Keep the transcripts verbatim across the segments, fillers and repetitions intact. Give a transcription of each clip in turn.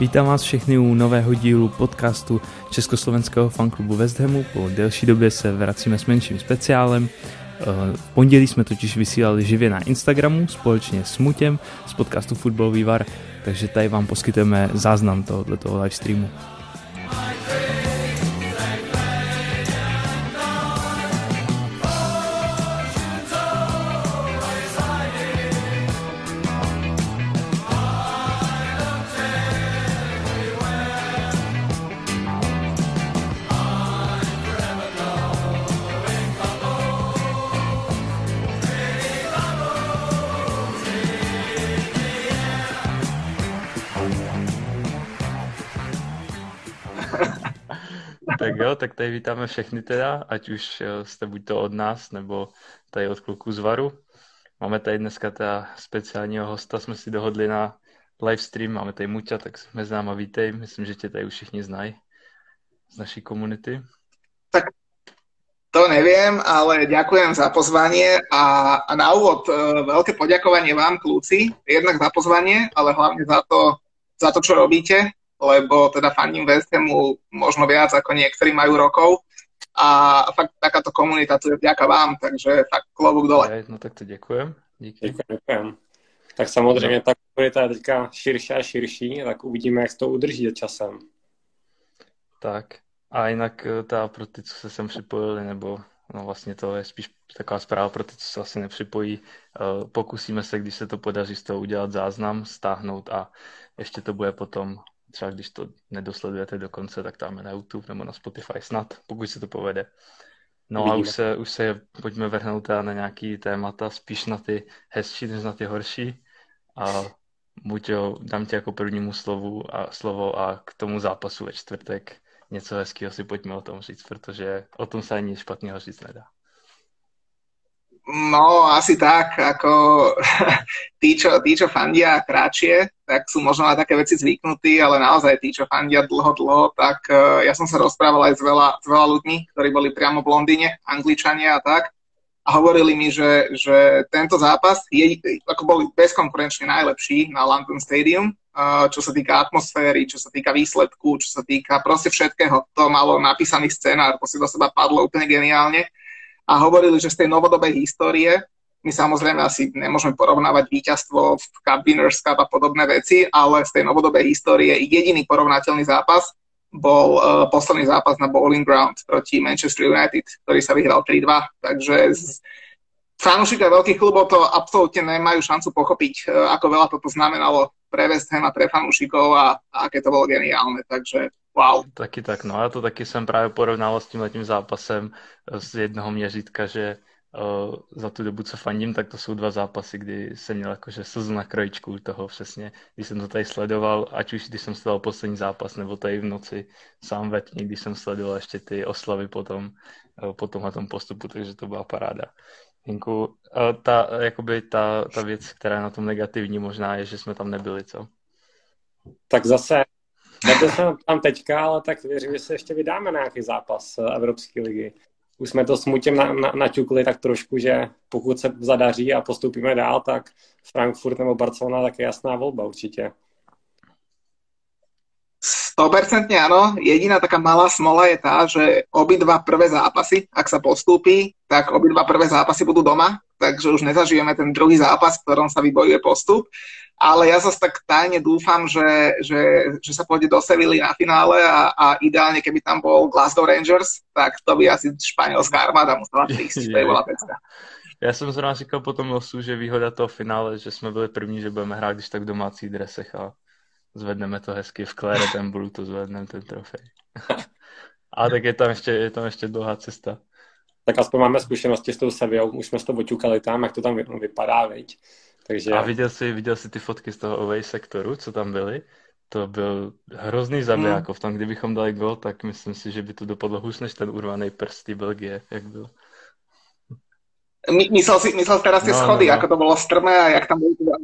Vítám vás všechny u nového dílu podcastu československého fanklubu West Hamu. Po delší době se vracíme s menším speciálem. V pondělí jsme totiž vysílali živě na Instagramu společně s Mutěm z podcastu Fotbalový var, takže tady vám poskytujeme záznam tohoto live streamu. Tak jo, tak tady vítáme všechny teda, ať už jste buď to od nás, nebo tady od kluků z Varu. Máme tady dneska teda speciálního hosta, jsme si dohodli na livestream, máme tady Muťa, tak mezi náma vítej, myslím, že tě tady už všichni znají z naší komunity. Tak to neviem, ale ďakujem za pozvanie a, a na úvod e, veľké poďakovanie vám, kľúci, jednak za pozvanie, ale hlavne za to, za to, čo robíte, lebo teda fandím West Hamu možno viac ako niektorí majú rokov a fakt takáto komunita tu je vďaka vám, takže fakt klobúk dole. No tak to děkujem. Díky. Děkujem, děkujem. Tak samozřejmě ta komunita je teďka širší a širší, tak uvidíme, jak to udrží časem. Tak a jinak ta pro ty, co se sem připojili, nebo no vlastně to je spíš taková zpráva pro ty, co se asi nepřipojí. Pokusíme se, když se to podaří, z toho udělat záznam, stáhnout a ještě to bude potom, třeba když to nedosledujete do konce, tak dáme na YouTube nebo na Spotify snad, pokud se to povede. No a už se, už se pojďme vrhnout na nějaký témata, spíš na ty hezčí, než na ty horší. A Muťo, dám ti jako prvnímu slovu a slovo a k tomu zápasu ve čtvrtek něco hezkého si pojďme o tom říct, protože o tom se ani nic špatného říct nedá. No, asi tak, ako tí, čo, tí, čo fandia kratšie, tak sú možno na také veci zvyknutí, ale naozaj tí, čo fandia dlho, dlho, tak uh, ja som sa rozprával aj s veľa, s veľa ľuďmi, ktorí boli priamo v Londýne, Angličania a tak, a hovorili mi, že, že tento zápas je, ako bol bezkonkurenčne najlepší na London Stadium, uh, čo sa týka atmosféry, čo sa týka výsledku, čo sa týka proste všetkého. To malo napísaný scenár, to si do seba padlo úplne geniálne. A hovorili, že z tej novodobej histórie, my samozrejme asi nemôžeme porovnávať víťazstvo v Cup Winners' Cup a podobné veci, ale z tej novodobej histórie jediný porovnateľný zápas bol uh, posledný zápas na Bowling Ground proti Manchester United, ktorý sa vyhral tri dva. Takže z... fanúšikovia veľkých klubov to absolútne nemajú šancu pochopiť, uh, ako veľa toto znamenalo pre West Ham a pre fanúšikov a, a aké to bolo geniálne. Takže wow. Taky tak, no já to taky jsem právě porovnal s tímhletím zápasem z jednoho měřítka, že uh, za tu dobu, co fandím, tak to jsou dva zápasy, kdy jsem měl jakože slzu na krajičku toho přesně, když jsem to tady sledoval, ať už když jsem sledoval poslední zápas, nebo tady v noci sám ve tmě, když jsem sledoval ještě ty oslavy potom, uh, po tomhle tom postupu, takže to byla paráda. Jinku, uh, ta, jakoby ta, ta věc, která je na tom negativní možná, je, že jsme tam nebyli, co? Tak zase nebyl jsem tam teďka, ale tak věřím, že se ještě vydáme na nějaký zápas Evropské ligy. Už jsme to s Mutěm na, na, naťukli tak trošku, že pokud se zadaří a postupíme dál, tak Frankfurt nebo Barcelona tak je jasná volba určitě. sto percent áno. Jediná taká malá smola je tá, že obidva prvé zápasy, ak sa postúpi, tak obidva prvé zápasy budú doma, takže už nezažijeme ten druhý zápas, v ktorom sa vybojuje postup. Ale ja zase tak tajne dúfam, že, že, že sa pôjde do Sevilly na finále a, a ideálne, keby tam bol Glasgow Rangers, tak to by asi španělská armáda musela prísť. To je bola pecka. Já jsem zrovna říkal po tom losu, že výhoda toho finále, že jsme byli první, že budeme hrát když tak v domácích dresech a zvedneme to hezky v Clare Temblu, to zvedneme ten trofej. A tak je tam ještě, je tam ještě dlouhá cesta. Tak aspoň máme zkušenosti s tou Sevillou, už jsme s to oťukali tam, jak to tam vypadá, viď? Takže... A viděl jsi, viděl jsi ty fotky z toho away sektoru, co tam byly? To byl hrozný zabiják. Hmm. V tom, kdybychom dali gol, tak myslím si, že by to dopadlo hůř než ten urvaný prst té Belgie, jak byl. My, myslel si, myslel si teraz tie no, schody, no, no. Ako to bolo strmé a jak tam boli teda...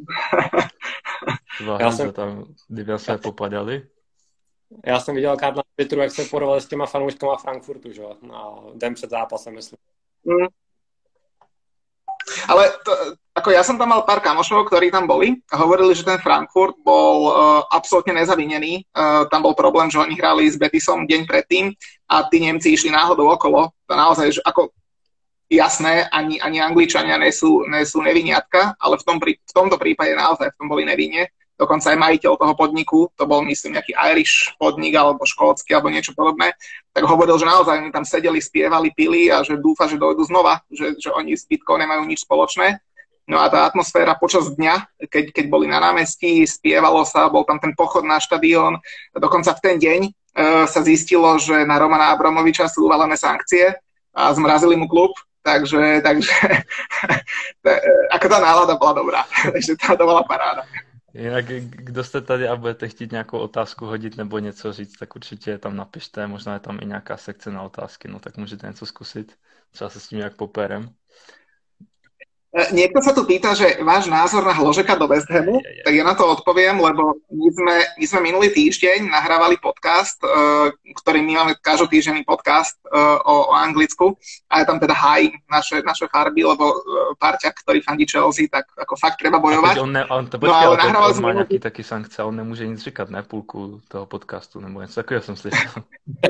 Já jsem tam, kdyby se popadali. Já jsem viděl kár na Twitteru, jak se porovali s těma fanouškama Frankfurtu, že? Na den před zápasem, myslím. Hmm. Ale to, ako ja som tam mal pár kamošov, ktorí tam boli a hovorili, že ten Frankfurt bol uh, absolútne nezavinený. Uh, tam bol problém, že oni hrali s Betisom deň predtým a tí Nemci išli náhodou okolo. To naozaj, že ako jasné, ani, ani Angličania nie sú, nie sú neviniatka, ale v, tom, v tomto prípade naozaj v tom boli nevinne. Dokonca aj majiteľ toho podniku, to bol myslím nejaký Irish podnik alebo škótsky alebo niečo podobné, tak hovoril, že naozaj oni tam sedeli, spievali, pili a že dúfa, že dojdu znova, že, že oni s bitkou nemajú nič spoločné. No a tá atmosféra počas dňa, keď, keď boli na námestí, spievalo sa, bol tam ten pochod na štadión, dokonca v ten deň e, sa zistilo, že na Romana Abramoviča sú uvalené sankcie a zmrazili mu klub, takže, takže ako tá nálada bola dobrá, takže to bola paráda. Jinak, kdo jste tady a budete chtít nějakou otázku hodit nebo něco říct, tak určitě tam napište, možná je tam i nějaká sekce na otázky, no tak můžete něco zkusit, třeba se s tím jak poperem. Niekto sa tu pýta, že váš názor na Hložeka do West Hamu, Je, je. tak ja na to odpoviem, lebo my sme, my sme minulý týždeň nahrávali podcast, uh, ktorý my máme každotýždenný podcast uh, o, o Anglicku a je tam teda háj naše, naše farby, lebo uh, parťak, ktorý fandí Chelsea, tak ako fakt treba bojovať. On, ne, on, to, počkej, No, ale ale to, nahrávali on sme má minulý- nějaký taky sankce, on nemůže nic říkat, ne, půlku toho podcastu, nebo něco takového jsem slyšel.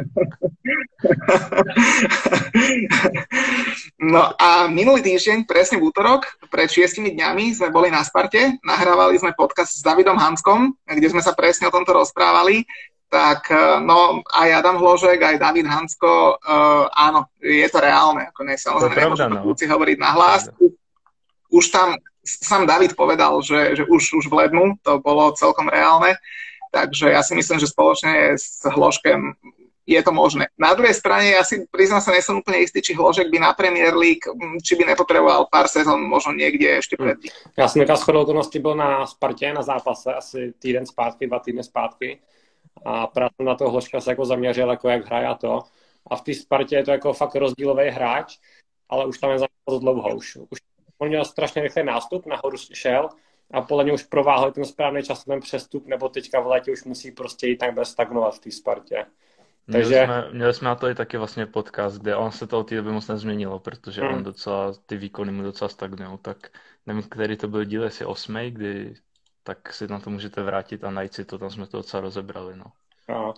No a minulý týždeň, presne v útorok, pred šiestimi dňami sme boli na Sparte, nahrávali sme podcast s Davidom Hanskom, kde sme sa presne o tomto rozprávali, tak no aj Adam Hložek, aj David Hansko, uh, áno, je to reálne, ako ne, samozrejme, To je pravda, nemôžeme no. kľúci hovoriť na hlas. Už tam sám David povedal, že, že už, už v lednu to bolo celkom reálne, takže ja si myslím, že spoločne s Hložkem je to možné. Na druhej strane, ja si priznám sa, nie som úplne istý, či Hložek by na Premier League, či by nepotreboval pár sezón, možno niekde ešte predtým. Já jsem taká shodou okolností byl na Spartě na zápase asi týden zpátky, dva týdny zpátky a právě jsem na toho Hložka se jako zaměřil, jako jak hraje a to. A v té Spartě je to jako fakt rozdílový hráč, ale už tam je zápas dlouho. Už, už on měl strašně rychlý nástup, nahoru šel a podle mě už prováhal ten správný čas ten přestup, nebo teďka v létě už musí prostě jít tak bez stagnovat v té Spartě. Takže... Takže- Měli, jsme, měli jsme na to i taky vlastně podcast, kde on se to od té doby moc nezměnilo, protože Hmm. on docela, ty výkony mu docela stagnují, tak nevím, který to byl díl, jestli osmý, kdy tak si na to můžete vrátit a najít si to, tam jsme to docela rozebrali, no. No.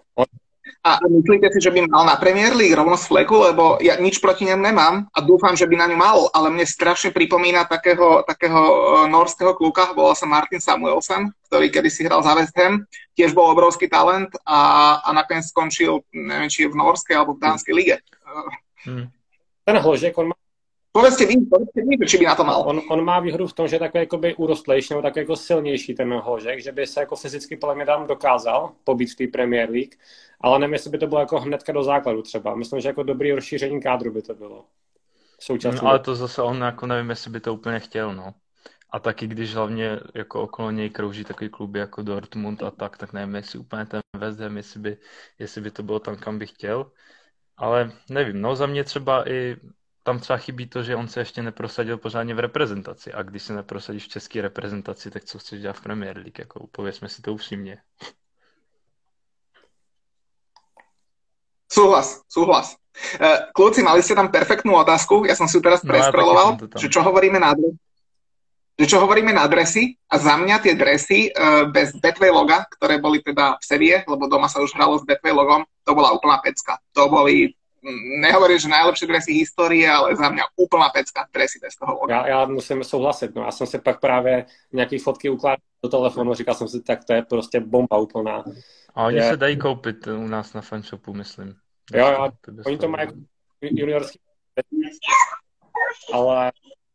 A myslíte si, že by mal na Premier League rovno z fleku, lebo ja nič proti nemu nemám a dúfam, že by na ňu mal, ale mne strašne pripomína takého, takého uh, norského kluka, volal sa Martin Samuelsen, ktorý kedysi hral za West Ham, tiež bol obrovský talent a, a nakoniec skončil, neviem, či je v norskej alebo v dánskej lige. Uh, Hmm. Ten Hložek, on má, povedzte vy, povedzte vy, či by na to mal. on, on má výhodu v tom, že je takový jakoby urostlejší nebo takový jako silnější ten Hložek, že by se jako fyzicky podle mě tam dokázal pobít v té Premier League, ale nevím, jestli by to bylo jako hnedka do základu třeba. Myslím, že jako dobrý rozšíření kádru by to bylo. Současně. No, ale to zase on jako nevím, jestli by to úplně chtěl, no. A taky když hlavně jako okolo něj krouží takový kluby jako Dortmund a tak, tak nevím, jestli úplně ten West Ham, jestli by, jestli by to bylo tam, kam by chtěl. Ale nevím, no za mě třeba i tam třeba chybí to, že on se ještě neprosadil pořádně v reprezentaci. A když se neprosadíš v české reprezentaci, tak co chceš dělat v Premier League? Jako, povězme si to upřímně. Súhlas, súhlas. Uh, Kľúci, mali ste tam perfektnú otázku, ja som si ju teraz No, ja preskroloval, taky som to tam. že čo hovoríme na adres- že čo hovoríme na dresy a za mňa tie dresy uh, bez Betway loga, ktoré boli teda v Sevie, lebo doma sa už hralo s Betway logom, to bola úplná pecka. To boli, mm, nehovorím, že najlepšie dresy histórie, ale za mňa úplná pecka dresy bez toho loga. Já, já musím souhlasit. No. Já jsem si pak právě nějaký fotky ukládal do telefonu, říkal jsem si, tak to je prostě bomba úplná. A oni Je. se dají koupit u nás na fanshopu, myslím. Jo, jo, bez oni to toho. mají jako juniorský, ale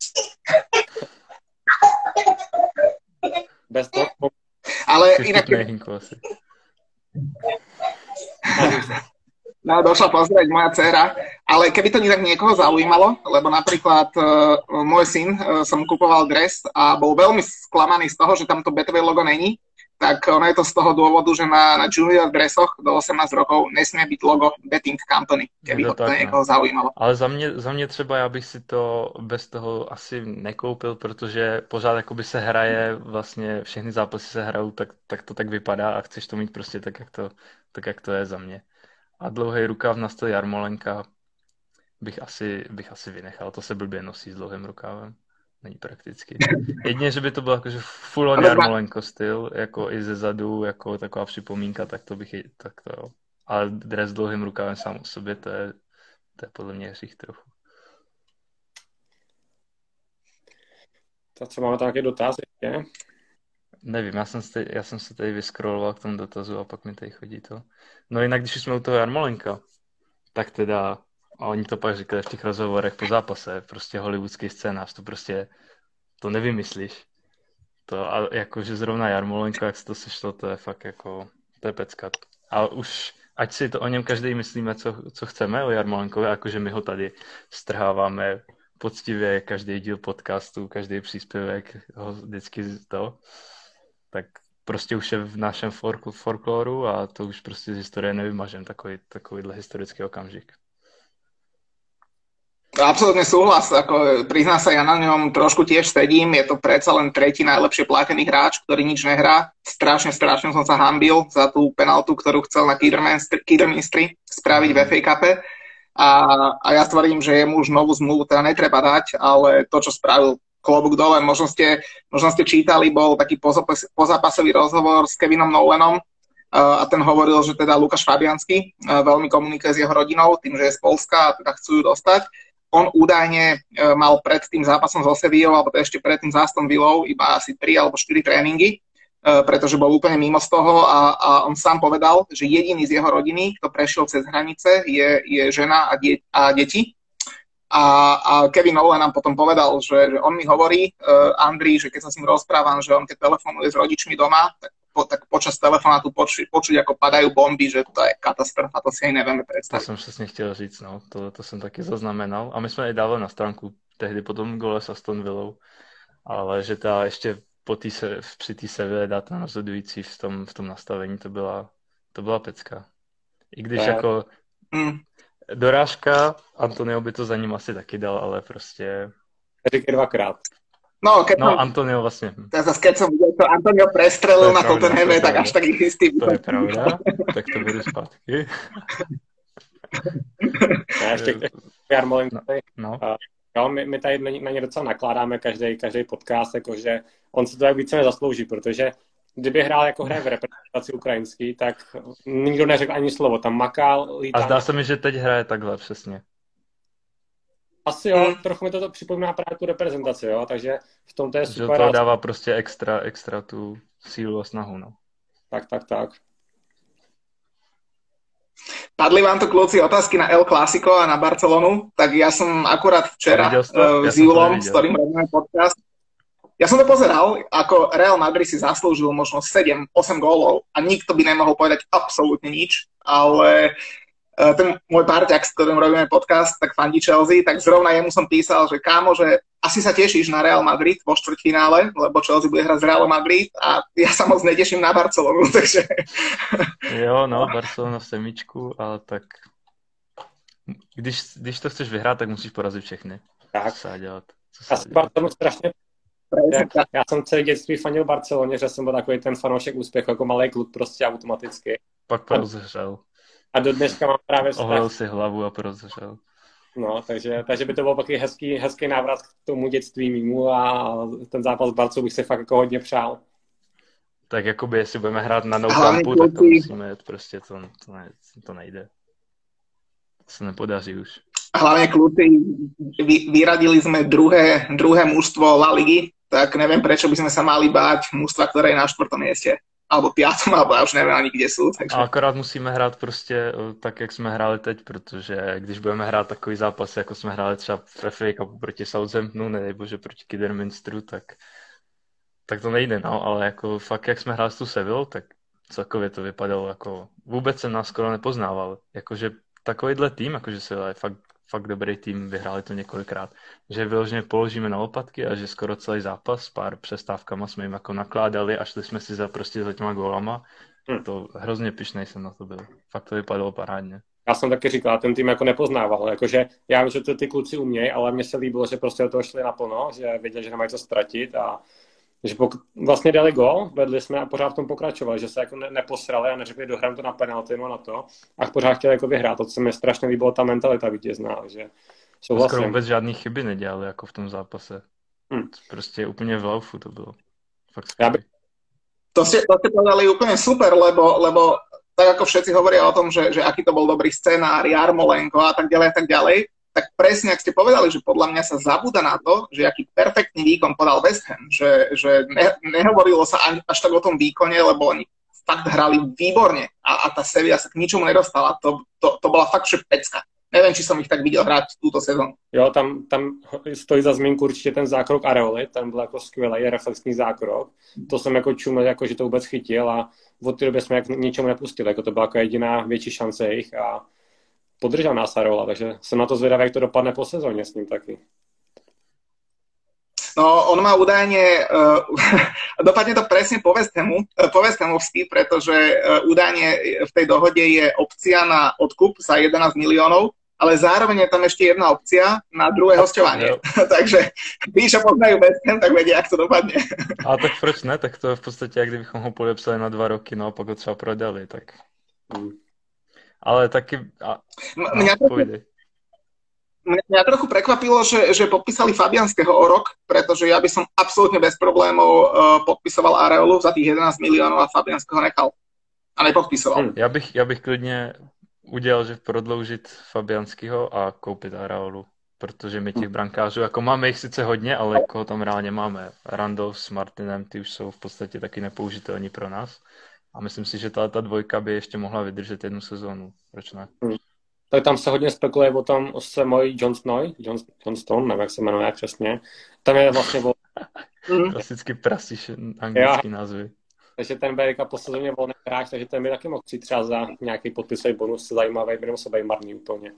bez toho, Ale Ty inak, vtipnej, Hinku, asi. no, došla pozrieť moja dcéra, ale keby to tak niekoho zaujímalo, lebo napríklad uh, môj syn, uh, som kupoval dres a bol veľmi sklamaný z toho, že tam to Betway logo není, tak ono je to z toho dôvodu, že na, na junior dresoch do osemnásť rokov nesmie byť logo Betting Company, keby Je to ho to tak, no. niekoho zaujímalo. Ale za mě, za mě třeba já bych si to bez toho asi nekoupil, protože pořád jakoby se hraje, vlastně všechny zápasy se hrajou, tak, tak to tak vypadá a chceš to mít prostě tak, jak to, tak, jak to je za mě. A dlouhý rukáv na styl Jarmolenka bych asi, bych asi vynechal, to se blbě nosí s dlouhým rukávem. není prakticky. Jedině, že by to bylo jakože full on Jarmolenko styl, jako i ze zadu, jako taková připomínka, tak to bych, tak to jo. Ale dres s dlouhým rukávem sám o sobě, to je, to je podle mě hřích trochu. Tak co máme tam nějaké dotazy, ne? Nevím, já jsem, se, já jsem se tady vyskroloval k tomu dotazu a pak mi tady chodí to. No jinak, když jsme u toho Jarmolenka, tak teda, a oni to pak říkali v těch rozhovorech po zápase, prostě hollywoodský scénář, to prostě, to nevymyslíš. To, a jakože zrovna Jarmolenko, jak se to sešlo, to je fakt jako, to je pecka. A už, ať si to o něm každý myslíme, co, co chceme o Jarmolenkovi, jakože my ho tady strháváme poctivě, každý díl podcastu, každý příspěvek ho vždycky to, tak prostě už je v našem folkloru a to už prostě z historie nevymažem, takový, takovýhle historický okamžik. Absolutne súhlas, ako priznám sa, ja na ňom trošku tiež sedím, je to predsa len tretí najlepšie platený hráč, ktorý nič nehrá. Strašne, strašne som sa hanbil za tú penaltu, ktorú chcel na Kidderminstri spraviť v ef á Cupe. A, a ja tvrdím, že jemu už novú zmluvu teda netreba dať, ale to, čo spravil, klobúk dole, možno ste, možno ste čítali, bol taký pozápasový rozhovor s Kevinom Nolanom a ten hovoril, že teda Lukáš Fabiansky veľmi komunikuje s jeho rodinou, tým, že je z Polska a teda chcú ju dostať. On údajne mal pred tým zápasom so Sevillou, alebo to ešte pred tým s Aston Villou iba asi tri alebo štyri tréningy, pretože bol úplne mimo z toho a, a on sám povedal, že jediný z jeho rodiny, kto prešiel cez hranice, je, je žena a, die, a deti. A, a Kevin Nolan nám potom povedal, že, že on mi hovorí, uh, Andri, že keď sa s ním rozprávam, že on keď telefonuje s rodičmi doma, tak, po, tak počas telefonátu počuť, počuť, ako padajú bomby, že to je katastrofa, to si aj nevieme predstaviť. To jsem přesně chtěl říct, no, to, to jsem taky zaznamenal. A my jsme i dávali na stránku tehdy potom gole s Aston Villou, ale že ta ještě po tý se, při té Seville dát na rozhodující v tom, v tom nastavení, to byla, to byla pecka. I když tak. jako Mm. dorážka, Antonio by to za ním asi taky dal, ale prostě... Říkej dvakrát. No, keď no som, Antonio vlastně. Zase, keď som videl, to Antonio prestrelil na Tottenhame, tak až tak istý. To je pravda, tak to bude zpátky. Já ještě k Jarmolenkovi. No. Uh, jo, my, my tady na ně docela nakládáme každý, každý podcast, jakože on se to tak více nezaslouží, protože kdyby hrál jako hraje v reprezentaci ukrajinský, tak nikdo neřekl ani slovo. Tam makal, lítá. A zdá se mi, že teď hraje takhle přesně. Asi jo, trochu mi to připomíná právě tu reprezentaci, jo, takže v tom to je super. Že to dává prostě extra, extra tu sílu a snahu, no. Tak, tak, tak. Padli vám to, kluci, otázky na El Clásico a na Barcelonu, tak ja som akurát včera uh, s Julom, s ktorým robíme podcast, ja som to pozeral, ako Real Madrid si zaslúžil možno sedem osem gólov a nikto by nemohol povedať absolútne nič, ale uh, ten môj parťák, s ktorým robíme podcast, tak fandí Chelsea, tak zrovna jemu som písal, že kámo, že asi sa tešíš na Real Madrid vo štvrťfinále, lebo Chelsea bude hrať z Real Madrid a ja sa moc neteším na Barcelonu, takže... Jo, no, Barcelona v semičku, ale tak... Když, když to chceš vyhrát, tak musíš porazit všechny. Tak. Co se dělat? Co Já se jsem Barcelonu strašně... Já, já jsem celé dětství fanil Barceloně, že jsem byl takový ten fanoušek úspěchu, jako malý kluk prostě automaticky. Pak prozřel. A do dneška mám právě vztah. Oholil si hlavu a prozřel. No, takže, takže by to byl taky hezký, hezký návrat k tomu dětství mýmu a ten zápas s Barcou bych si fakt jako hodně přál. Tak jakoby, jestli budeme hrát na no campu, tak to musíme jet, prostě to, to, ne, to nejde. To se nepodaří už. Hlavne kluci, vy, vyradili sme druhé, druhé mužstvo La Ligy, tak neviem, prečo by sme sa mali báť mužstva, ktoré je na štvrtom mieste. Alebo piatom, alebo já už nevím ani, kde jsou. Takže... A akorát musíme hrát prostě tak, jak jsme hráli teď, protože když budeme hrát takový zápas, jako jsme hráli třeba v ef á Cupu proti Southamptonu, nedej bože proti Kidderminsteru, tak, tak to nejde, no, ale jako fakt, jak jsme hráli s tu Sevillou, tak celkově to vypadalo jako, vůbec jsem nás skoro nepoznával, jakože takovýhle tým, jakože Sevilla je fakt, fakt dobrý tým, vyhráli to několikrát, že vyloženě položíme na lopatky a že skoro celý zápas s pár přestávkama jsme jim jako nakládali a šli jsme si za prostě za těma gólama. Hmm. To hrozně pyšnej jsem na to byl. Fakt to vypadalo parádně. Já jsem taky říkal, ten tým jako nepoznával, jakože já vím, že to ty kluci umějí, ale mně se líbilo, že prostě do toho šli naplno, že věděli, že nemají co ztratit a že pok- vlastně dali gól, vedli jsme a pořád v tom pokračovali, že se jako ne- neposrali a neřekli, dohrajeme to na penalty, no na to. A pořád chtěli jako vyhrát, to, co mi strašně líbilo, ta mentalita vítězná, že souhlasím. Skoro vůbec žádný chyby nedělali jako v tom zápase. Hmm. Proste úplne v laufu to bylo. Fakt Ja by... To ste, to ste povedali úplne super, lebo, lebo tak ako všetci hovoria o tom, že, že aký to bol dobrý scenár, Jarmolenko a tak ďalej a tak ďalej, tak presne, ak ste povedali, že podľa mňa sa zabúda na to, že aký perfektný výkon podal West Ham, že, že ne, nehovorilo sa ani, až tak o tom výkone, lebo oni fakt hrali výborne a, a tá Sevilla sa k ničomu nedostala. To, to, to bola fakt že pecka. Neviem, či som ich tak videl hrať túto sezónu. Jo, tam, tam stojí za zmínku určitě ten zákrok Areoly, ten byl jako skvělý reflexní zákrok. To jsem jako čumil, jako, že to vůbec chytil a od té doby jsme jak ničemu nepustili. Jako to byla jako jediná větší šance jejich a podržel nás Areola, takže jsem na to zvědavý, jak to dopadne po sezóně s ním taky. No, on má údajne, uh, dopadne to presne po West Hamu, po West Hamovsky, pretože uh, údajne v tej dohode je opcia na odkup za jedenásť miliónov, ale zároveň je tam ešte jedna opcia na druhé hosťovanie. Takže tí, čo poznajú West Ham, tak vedia, jak to dopadne. A tak proč ne? Tak to je v podstate, jak kdybychom ho podepsali na dva roky, no a pak ho třeba prodali, tak... Ale taky... A... No, mňa trochu... Mňa trochu prekvapilo, že, že podpísali Fabianského o rok, pretože ja by som absolútne bez problémov uh, podpisoval Areolu za tých jedenásť miliónov a Fabianského nechal. A nepodpisoval. Hmm, ja bych, ja bych klidne udělal, že prodloužit Fabianského a koupit Areolu, protože my těch brankářů, jako máme jich sice hodně, ale koho tam reálně máme. Randolph s Martinem, ty už jsou v podstatě taky nepoužitelní pro nás. A myslím si, že ta, ta dvojka by ještě mohla vydržet jednu sezónu. Proč ne? Hmm. Tak tam se hodně spekuluje o tom se mojí Johnston, Johnston, nevím, jak se jmenuje přesně. Tam je vlastně vol... Klasicky prasíš anglický názvy. Takže ten Berika po sezóně volný hráč, takže ten by taky mohl přijít třeba za nějaký podpisový bonus, zajímavý, by nemusel být marný úplně.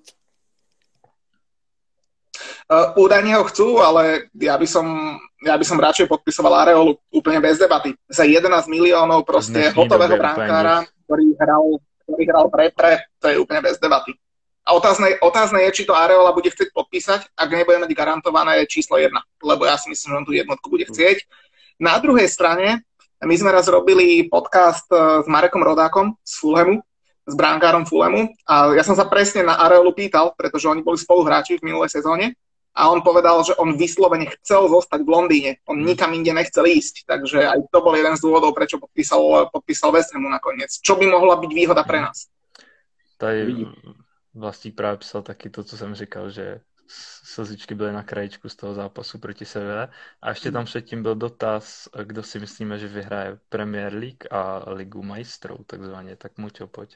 Uh, údajne ho chcú, ale ja by som, ja by som radšej podpisoval Areolu úplne bez debaty. Za jedenásť miliónov proste hotového brankára, ktorý hral, ktorý hral pre pre, to je úplne bez debaty. A otázne, otázne je, či to Areola bude chcieť podpísať, ak nebude mať garantované číslo jedna, lebo ja si myslím, že on tú jednotku bude chcieť. Na druhej strane, my sme raz robili podcast s Marekom Rodákom z Fulhamu, s brankárom Fulhamu a ja som sa presne na Areolu pýtal, pretože oni boli spoluhráči v minulej sezóne a on povedal, že on vyslovene chcel zostať v Londýne, on nikam inde nechcel ísť, takže aj to bol jeden z dôvodov, prečo podpísal, podpísal West Hamu nakoniec. Čo by mohla byť výhoda pre nás? Tady Vlastník právě psal taky to, co jsem říkal, že slzičky byly na krajičku z toho zápasu proti Seville. A ještě tam předtím byl dotaz, kdo si myslíme, že vyhraje Premier League a Ligu majstrov, takzvaně. Tak Muťo, pojď.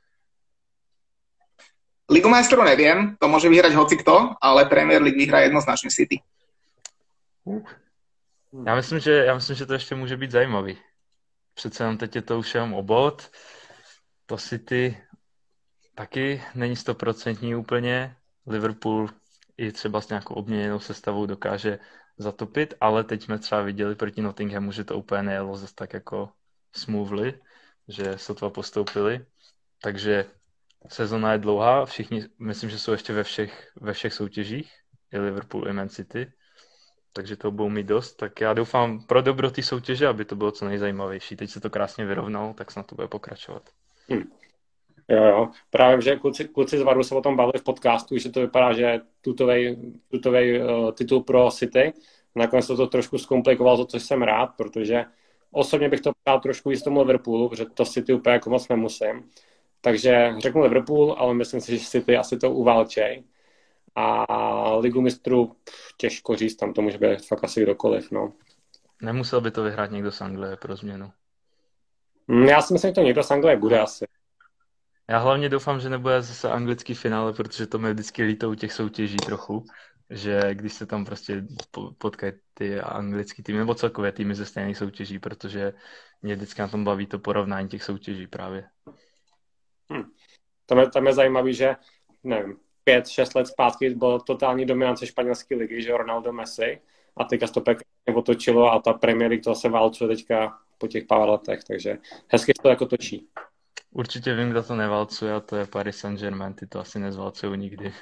Ligu majstrov neviem, to môže vyhrať hocikto, ale Premier League vyhraje jednoznačne City. Uh. Já myslím, že, já myslím, že to ještě může být zajímavý. Přece jenom teď je to už jenom obod. To City taky není stoprocentní úplně. Liverpool i třeba s nějakou obměněnou sestavou dokáže zatopit, ale teď jsme třeba viděli proti Nottinghamu, že to úplně nejelo zase tak jako smoothly, že sotva postoupili. Takže sezona je dlouhá, všichni, myslím, že jsou ještě ve všech, ve všech soutěžích, i Liverpool, i Man City, takže to budou mít dost. Tak já doufám pro dobro té soutěže, aby to bylo co nejzajímavější. Teď se to krásně vyrovnalo, tak snad to bude pokračovat. Hmm. Jo, jo. Právě, že kluci, kluci z Varu se o tom bavili v podcastu, že to vypadá, že tutovej, tutovej uh, titul pro City. Nakonec to, to trošku zkomplikoval, za což jsem rád, protože osobně bych to přál trošku víc tomu Liverpoolu, protože to City úplně jako moc nemusím. Takže řeknu Liverpool, ale myslím si, že City asi to uválčej. A Ligu mistrů těžko říct, tam to může být fakt asi kdokoliv. No. Nemusel by to vyhrát někdo z Anglie pro změnu? Já si myslím, že to někdo z Anglie bude asi. Já hlavně doufám, že nebude zase anglický finále, protože to mě vždycky líto u těch soutěží trochu, že když se tam prostě potkají ty anglický týmy, nebo celkově týmy ze stejných soutěží, protože mě vždycky na tom baví to porovnání těch soutěží právě. Hmm. Tam, je, tam je zajímavý, že nevím, pět, šest let zpátky bylo totální dominance španělské ligy, že Ronaldo, Messi, a teďka se to pěkně otočilo a ta Premier League to se válcuje teďka po těch pár letech, takže hezky to jako točí. Určitě vím, kdo to neválcuje, a to je Paris Saint-Germain, ty to asi nezválcují nikdy.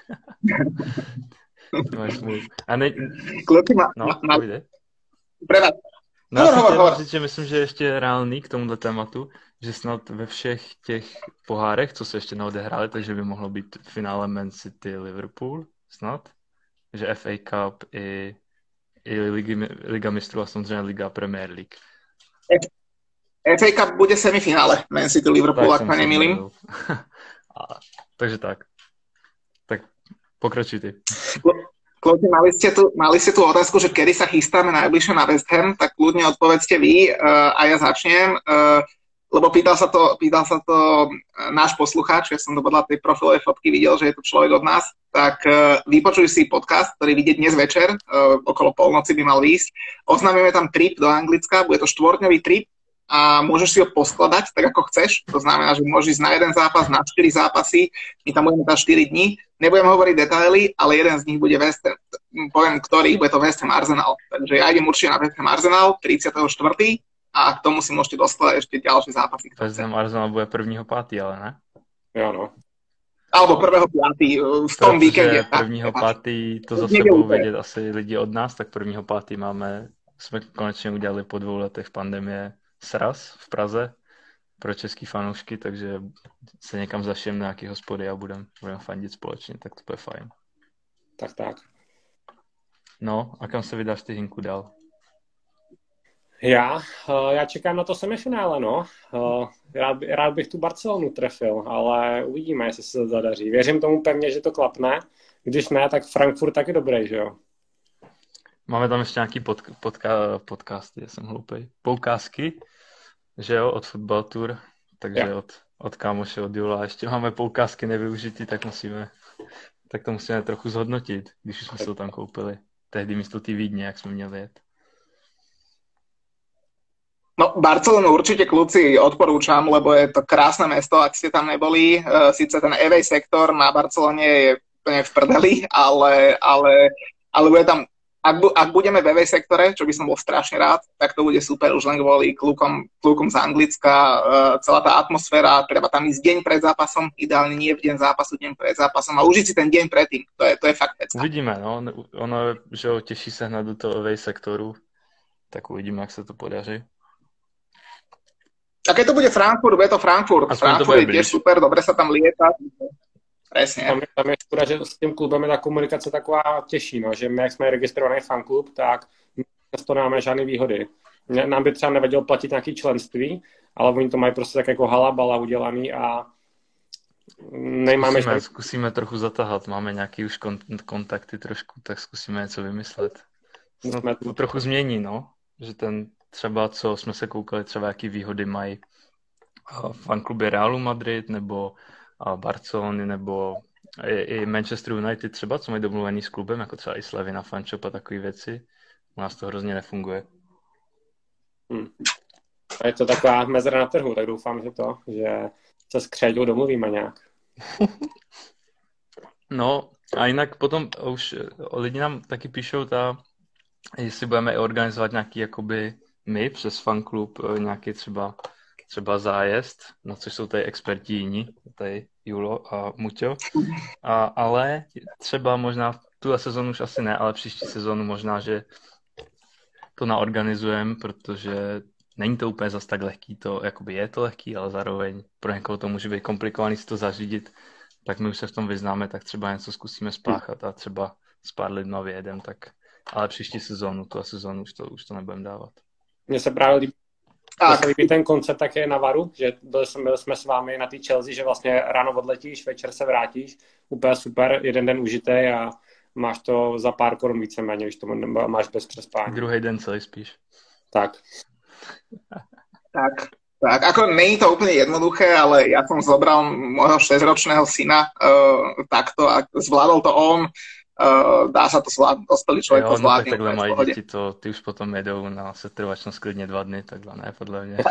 A ne... Kluci má... No, má... půjde. Prevát. No, já jsem chtěl říct, že myslím, že ještě je reálný k tomuhle tématu, že snad ve všech těch pohárech, co se ještě neodehrály, takže by mohlo být finále Man City Liverpool, snad. Že F A Cup i i ligy, Liga mistrů a samozřejmě Liga Premier League. ef á Cup bude semifinále Man City Liverpool, ak ma nemýlim. Takže tak. Tak pokračuj ty. Kluci, mali ste, tu, mali ste tu otázku, že kedy sa chystáme najbližšie na West Ham, tak kľudne odpovedzte vy uh, a ja začnem. Uh, lebo pýtal sa to, pýtal sa to náš poslucháč, ja som to podľa tej profilovej fotky videl, že je to človek od nás, tak uh, vypočuj si podcast, ktorý vidie dnes večer, uh, okolo polnoci by mal výjsť. Oznámime tam trip do Anglicka, bude to štvorňový trip a môžeš si ho poskladať tak, ako chceš. To znamená, že môžeš ísť na jeden zápas, na štyri zápasy, my tam budeme tam štyri dní. Nebudem hovoriť detaily, ale jeden z nich bude West Ham, poviem ktorý, bude to West Ham Arsenal. Takže ja idem určite na West Ham Arsenal tridsiateho štvrtého a k tomu si môžete dostať ešte ďalšie zápasy. West Ham Arsenal bude prvního pátý, ale ne? Jo, no. Alebo prvého pátého v tom víkende. Prvního pátý, to zase budou vědět asi lidi od nás, tak prvního pátý máme, jsme konečně udělali po dvou letech pandemie sraz v Praze pro český fanoušky, takže se někam zašijeme na nějaký hospody a budeme budem fandit společně, tak to bude fajn. Tak, tak. No, a kam se vydáš ty, Hinku, dál? Já? Já čekám na to semifinále, no. Rád, rád bych tu Barcelonu trefil, ale uvidíme, jestli se to zadaří. Věřím tomu pevně, že to klapne. Když ne, tak Frankfurt taky dobrý, že jo? Máme tam ještě nějaký pod, podka, podcasty, jsem hloupej. Poukázky, že jo, od Football Tour, takže ja. od, od kámoše, od Jula. Ještě máme poukázky nevyužitý, tak musíme, tak to musíme trochu zhodnotit, když už jsme se to tam koupili. Tehdy místo ty Vídně, jak jsme měli jet. No, Barcelonu určite, kľúci, odporúčam, lebo je to krásne mesto, ak ste tam neboli. Uh, Sice ten away sektor na Barcelone je úplne v prdeli, ale, ale, ale bude tam, ak, bu, ak budeme v away sektore, čo by som bol strašne rád, tak to bude super už len kvôli klukom, klukom z Anglicka, uh, celá tá atmosféra, treba tam ísť deň pred zápasom, ideálne nie v deň zápasu, deň pred zápasom a užiť si ten deň predtým, to je, to je fakt pecka. Uvidíme, no, ono, že ho těší se hned do toho away sektoru, tak uvidíme, jak se to podaří. A keď to bude Frankfurt, bude to Frankfurt. Aspoň Frankfurt to je tiež super, dobre sa tam lieta. Presne. Tam je, tam je škoda, že s tím klubem je ta komunikace taková těžší, no, že my, jak jsme registrovaný fanklub, tak to nemáme žádné výhody. Nám by třeba nevadilo platit nějaké členství, ale oni to mají prostě tak jako halabala udělaný a nemáme... Zkusíme, zkusíme trochu zatahat, máme nějaký už kont- kontakty trošku, tak zkusíme něco vymyslet. No, to trochu změní, no, že ten třeba, co jsme se koukali, třeba jaký výhody mají fankluby Realu Madrid nebo Barcelony nebo i, i Manchester United třeba, co mají domluvený s klubem, jako třeba i Slevina Fanshop a takové věci. U nás to hrozně nefunguje. Hmm. A je to taková mezera na trhu, tak doufám, že to, že se s Křeďou domluvíme nějak. No a jinak potom už lidi nám taky píšou ta, jestli budeme organizovat nějaký jakoby my přes fanklub nějaký třeba, třeba zájezd, na což jsou tady experti jiní, tady Julo a Muťo, a, ale třeba možná v tuhle sezonu už asi ne, ale příští sezonu možná, že to naorganizujeme, protože není to úplně zas tak lehký, to jakoby je to lehký, ale zároveň pro někoho to může být komplikovaný si to zařídit, tak my už se v tom vyznáme, tak třeba něco zkusíme spáchat a třeba s pár lidma vyjedem, tak ale příští sezónu, tu sezónu už to, už to nebudeme dávat. Mně se právě líbí, se líbí ten koncept také na Varu, že byl jsme, byl jsme s vámi na té Chelsea, že vlastně ráno odletíš, večer se vrátíš, úplně super, jeden den užitej a máš to za pár korun víceméně, když to máš bez přespání. Druhý den celý spíš. Tak. Tak, tak, ako není to úplne jednoduché, ale ja som zobral môjho šesťročného syna uh, takto a zvládol to on. Uh, dá sa to zvládnuť, dospelý človek to zvládne. Jo, no takhle mají děti, to, ty už potom jedou na setrvačnost klidně dva dny, takhle ne, podle mě.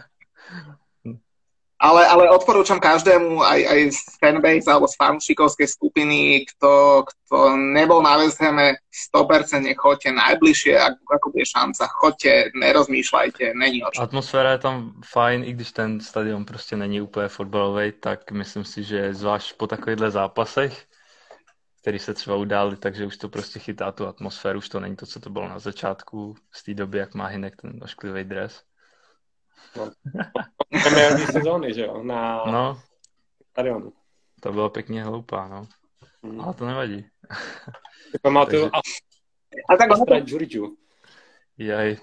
ale, ale odporúčam každému, aj, aj z fanbase alebo z fanúšikovskej skupiny, kto, kto nebol na West Hame, sto percent choďte najbližšie, ako, ako bude šanca, choďte, nerozmýšľajte, není o čem. Atmosféra je tam fajn, i když ten stadion prostě není úplně fotbalový, tak myslím si, že zvlášť po takovýchhle zápasech, který se třeba událi, takže už to prostě chytá tu atmosféru, už to není to, co to bylo na začátku, z té doby, jak má Hinek ten ošklivý dres. No, premiérní sezóny, že jo, na no, stadionu. To bylo pěkně hloupá, no. Hmm. Ale to nevadí. Pamatuju, takže... A tak ono to... Jaj.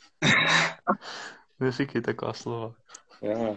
Neříkej taková slova. Ja.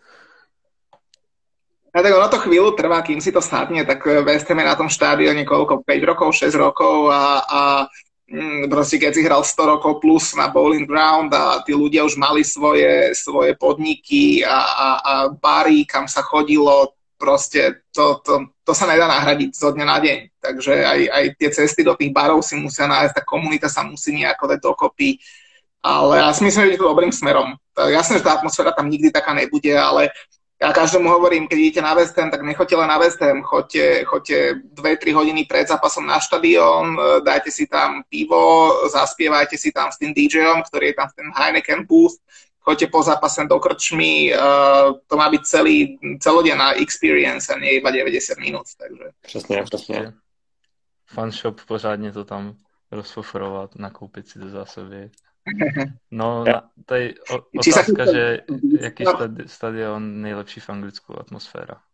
A tak ono to chvíľu trvá, kým si to sadne, tak West Ham je na tom štádione koľko, päť rokov, šesť rokov a, a mm, proste keď si hral sto rokov plus na Bowling Ground a tí ľudia už mali svoje, svoje podniky a, a, a bary, kam sa chodilo, proste to, to, to sa nedá nahradiť zo dňa na deň. Takže aj, aj tie cesty do tých barov si musia nájsť, tá komunita sa musí nejako dať dokopy. Ale ja si myslím, že je to dobrým smerom. Jasné, že tá atmosféra tam nikdy taká nebude, ale ja každému hovorím, keď idete na West Ham, tak nechoďte len na West Ham, choďte, choďte dve tri hodiny pred zápasom na štadión, dajte si tam pivo, zaspievajte si tam s tým DJom, ktorý je tam v ten Heineken booth, choďte po zápase do krčmy, uh, to má byť celý, celodenná experience a nie iba deväťdesiat minút. Takže. Přesně, přesně. Fanshop pořádně to tam rozfofrovat, nakoupit si do zásoby. No, ja. tady otázka, že jaký stadion nejlepší v Anglicku atmosféra?